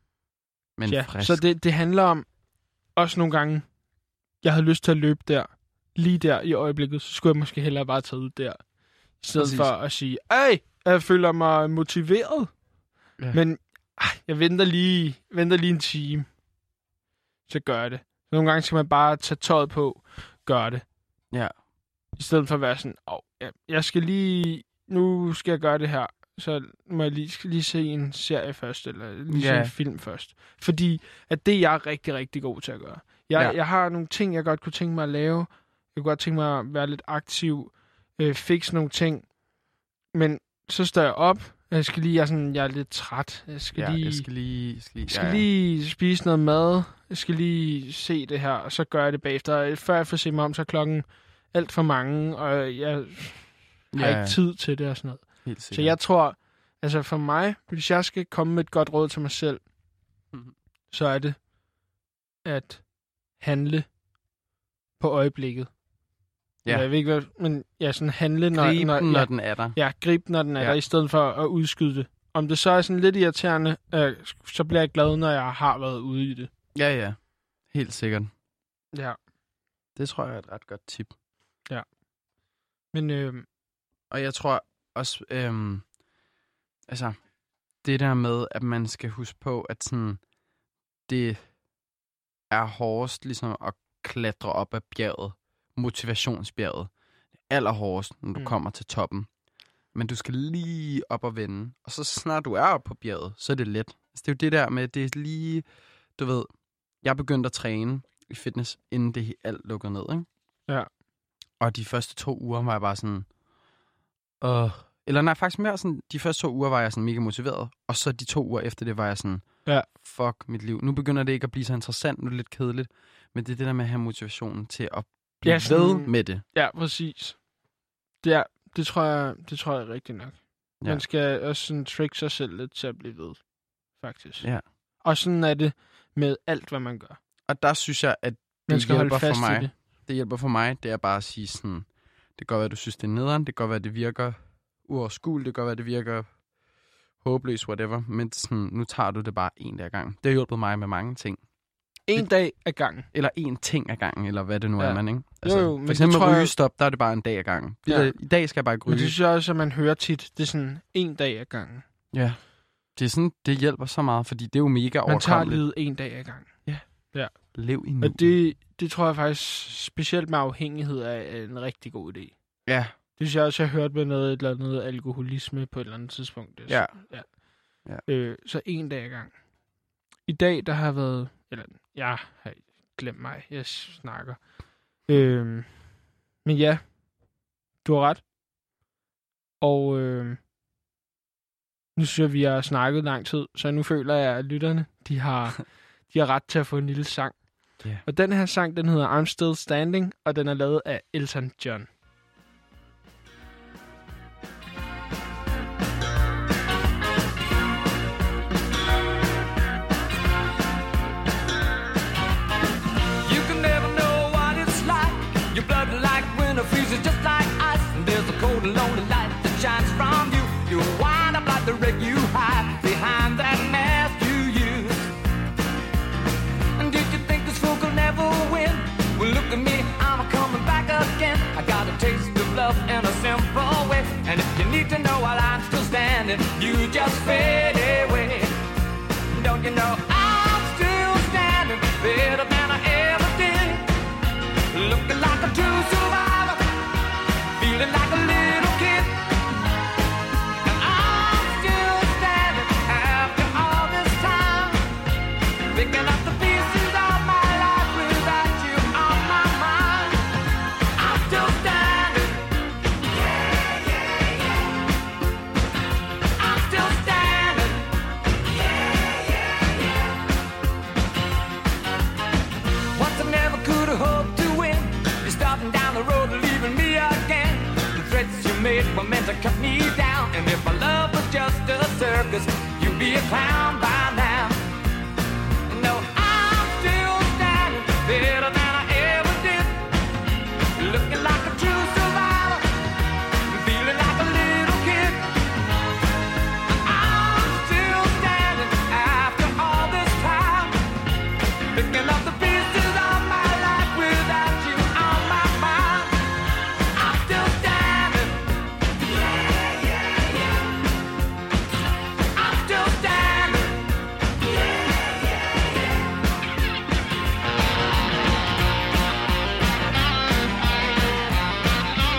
Men Ja, frisk. så det, det handler om også nogle gange, jeg havde lyst til at løbe der, lige der i øjeblikket, så skulle jeg måske hellere bare tage ud der, i stedet Præcis. for at sige, ej, jeg føler mig motiveret, Ja. men ej, jeg venter lige, venter lige en time, så gør jeg det. Nogle gange skal man bare tage tøjet på, gøre det. Ja. I stedet for at være sådan, åh, oh, jeg skal lige, nu skal jeg gøre det her, så må jeg lige, skal lige se en serie først, eller lige Ja. se en film først. Fordi at det er jeg rigtig, rigtig god til at gøre. Jeg, Ja. jeg har nogle ting, jeg godt kunne tænke mig at lave. Jeg kunne godt tænke mig at være lidt aktiv, øh, fikse nogle ting. Men så står jeg op, jeg skal lige, jeg er, sådan, jeg er lidt træt. Jeg skal Ja, lige... jeg skal lige... Jeg skal lige, Jeg skal ja, ja. lige spise noget mad. Jeg skal lige se det her, og så gør jeg det bagefter. Før jeg får set mig om, så er klokken alt for mange, og jeg har Ja, ikke tid til det og sådan noget. helt Så sikkert. jeg tror, altså for mig, hvis jeg skal komme med et godt råd til mig selv, Mhm. så er det at handle på øjeblikket. Ja. Jeg ved ikke, hvad, men ja, sådan handle, når, Grib når, den, når ja, den er der. ja, grib den, når den er Ja. der, i stedet for at udskyde det. Om det så er sådan lidt irriterende, øh, så bliver jeg glad, når jeg har været ude i det. Ja, ja. Helt sikkert. Ja, Det tror jeg er et ret godt tip. men øh, Og jeg tror også, øhm, altså, det der med, at man skal huske på, at sådan, det er hårdest ligesom at klatre op ad bjerget, motivationsbjerget. Det er allerhårdest, når du Mm. mm. kommer til toppen. Men du skal lige op og vende, og så snart du er oppe på bjerget, så er det let. Altså, det er jo det der med, det er lige, du ved, jeg begyndte at træne i fitness, inden det he- alt lukkede ned, ikke? Ja. Og de første to uger var jeg bare sådan, åh, eller nej, faktisk mere sådan, de første to uger var jeg sådan mega motiveret, og så de to uger efter det var jeg sådan, Ja. fuck mit liv. Nu begynder det ikke at blive så interessant, nu er det lidt kedeligt, men det er det der med at have motivationen til at blive Ja, ja, sådan- ved med det. ja, præcis. Det, er, det, tror jeg, det tror jeg er rigtigt nok. Ja. Man skal også sådan trick sig selv lidt til at blive ved, faktisk. Ja. Og sådan er det med alt, hvad man gør. Og der synes jeg, at Man det skal holde hjælper fast for mig. i det. Det hjælper for mig, det er bare at sige sådan, det kan godt være, at du synes, det er nederen, det kan godt være, at det virker uoverskueligt, det kan godt være, at det virker håbløst, whatever, men sådan, nu tager du det bare en dag ad gangen. Det har hjulpet mig med mange ting. En dag ad gangen. Eller en ting ad gangen, eller hvad det nu Ja. er, man, ikke? Altså, jo, men for eksempel det tror med jeg- rygestop, der er det bare en dag ad gangen. Ja. Ja. I dag skal jeg bare ikke Men ryge. det synes jeg også, at man hører tit. Det er sådan en dag ad gangen. Ja. Det er sådan, det hjælper så meget, fordi det er jo mega Man tager overkommeligt. livet en dag ad gangen. Lev i nu. Og det, det tror jeg faktisk, specielt med afhængighed, er en rigtig god idé. Ja. Det synes jeg også, jeg har hørt med noget, et eller andet alkoholisme på et eller andet tidspunkt. Det er Ja. så- ja. Ja. Øh, så en dag ad gang. I dag, der har været... Eller, jeg har glemt mig. Jeg snakker. Øh, men ja, du har ret. Og øh, nu synes jeg, vi har snakket lang tid, så nu føler jeg, at lytterne, de har, de har ret til at få en lille sang. Ja. Og den her sang, den hedder I'm Still Standing, og den er lavet af Elton John. You can never know what it's like. Your blood like winter freezes just like ice. And there's a cold and lonely light that shines from you. You wind up like the wreck you hide behind that mask you use. And did you think this fool could never win? Well, look at me, I'm coming back again. I got a taste of love in a simple way. And if you need to know while I'm still standing, you just fade away. Don't you know I'm still standing better than I ever did? Looking like a true survivor, feeling like a little kid. And I'm still standing after all this time, picking up the pieces of my life without you on my mind. I'm still standing. Yeah, yeah, yeah. I'm still standing. Once I never could have hoped to win. You're starting down the road, leaving me again. The threats you made were meant to cut me down. And if my love was just a circus, you'd be a clown by now. No, I'm still standing better than I ever did. Looking like a true survivor, feeling like a little kid. I'm still standing after all this time, picking up the pieces of my life without you on my mind. I'm still standing. Yeah, yeah, yeah. I'm still standing. Yeah, yeah, yeah.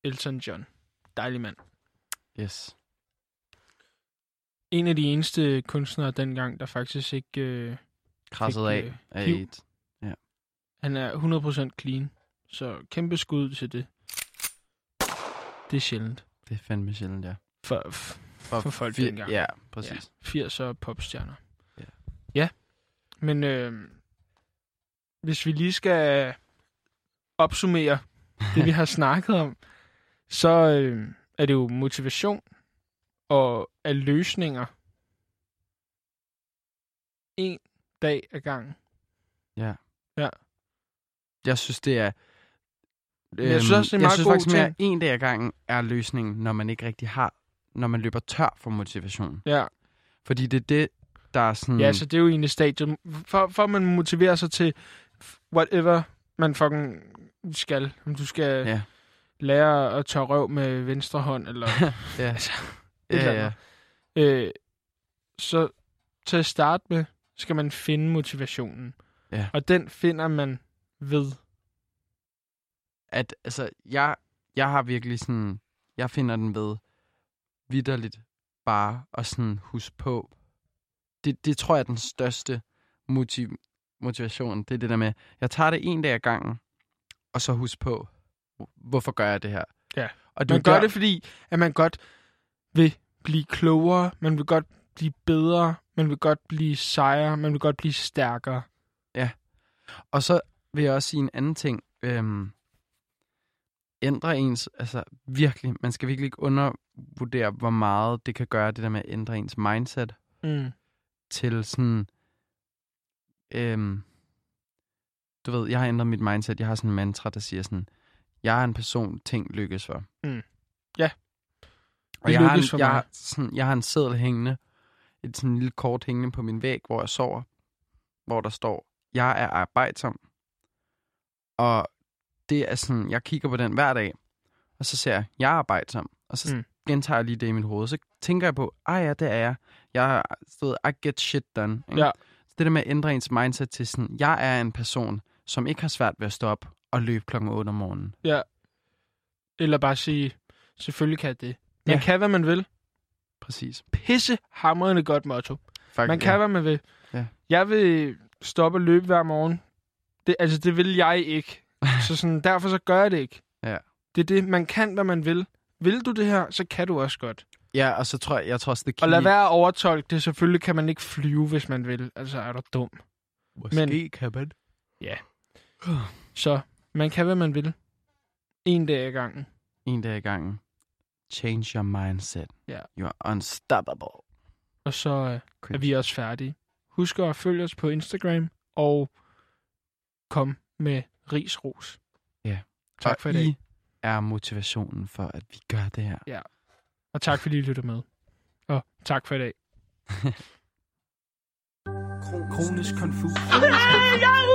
Elton John. Dejlig mand. Yes. En af de eneste kunstnere dengang, der faktisk ikke... Øh, Krasset af øh, af hiv. AIDS. Ja. Han er hundrede procent clean. Så kæmpe skud til det. Det er sjældent. Det er fandme sjældent, ja. For, for, for folk fir- dengang. Ja, præcis. Ja, firserne popstjerner. Ja. Ja. Men øh, hvis vi lige skal opsummere det, vi har snakket om, så øh, er det jo motivation og af løsninger en dag ad gangen. Ja. Ja. Jeg synes, det er... Men jeg synes også, det er en jeg meget synes god faktisk mere, ting. en dag ad gangen er løsningen, når man ikke rigtig har... Når man løber tør for motivation. Ja. Fordi det er det, der er sådan... Ja, så det er jo egentlig stadiet. For, for at man motiverer sig til whatever man fucking skal. Om du skal Ja. lære at tørre røv med venstre hånd, eller... ja. altså, ja, eller ja. Øh, så til at starte med, skal man finde motivationen. Ja. Og den finder man ved. At, altså, jeg, jeg har virkelig sådan... Jeg finder den ved vitterligt bare at sådan huske på. Det, det tror jeg er den største motiv, motivation. Det er det der med, jeg tager det en dag ad gangen, og så husk på, hvorfor gør jeg det her? Ja. Og Man det gør der, det, fordi at man godt vil blive klogere, man vil godt blive bedre, man vil godt blive sejere, man vil godt blive stærkere. Ja. Og så vil jeg også sige en anden ting. Øhm, ændre ens, altså virkelig, man skal virkelig ikke undervurdere, hvor meget det kan gøre, det der med at ændre ens mindset Mm. til sådan, øhm, du ved, jeg har ændret mit mindset, jeg har sådan en mantra, der siger sådan, jeg er en person, ting lykkes for. Mm. Ja. Og Det jeg har, lykkes for en, jeg, mig. har sådan, jeg har en seddel hængende, et sådan lille kort hængende på min væg, hvor jeg sover, hvor der står, jeg er arbejdsom. Og det er sådan, jeg kigger på den hver dag, og så ser jeg, jeg er arbejdsom. Og så Mm. gentager jeg lige det i mit hoved. Så tænker jeg på, ah ja, det er jeg. Jeg har stået, I get shit done. Ikke? Ja. Så det der med at ændre ens mindset til sådan, jeg er en person, som ikke har svært ved at stå op og løbe klokken otte om morgenen. Ja. Eller bare sige, selvfølgelig kan jeg det. Man Ja. kan, hvad man vil. Præcis. Pisse hamrende godt motto. Faktisk, Man kan, ja. hvad man vil. Ja. Jeg vil stoppe og løbe hver morgen. Det, altså, det vil jeg ikke. Så sådan, derfor så gør jeg det ikke. Ja. Det er det, man kan, hvad man vil. Vil du det her, så kan du også godt. Ja, og så tror jeg, jeg tror også, det Og lad være at overtolke det. Selvfølgelig kan man ikke flyve, hvis man vil. Altså, er du dum. Måske Men- kan man. Ja. Så man kan, hvad man vil. En dag ad gangen. En dag i gangen. Change your mindset. Ja. You are unstoppable. Og så øh, er Cringe. vi også færdige. Husk at følge os på Instagram. Og kom med risros. Ja. Tak og for i dag. I er motivationen for, at vi gør det her. Og tak fordi I lytter med. Og tak for i dag. Kronisk konfus.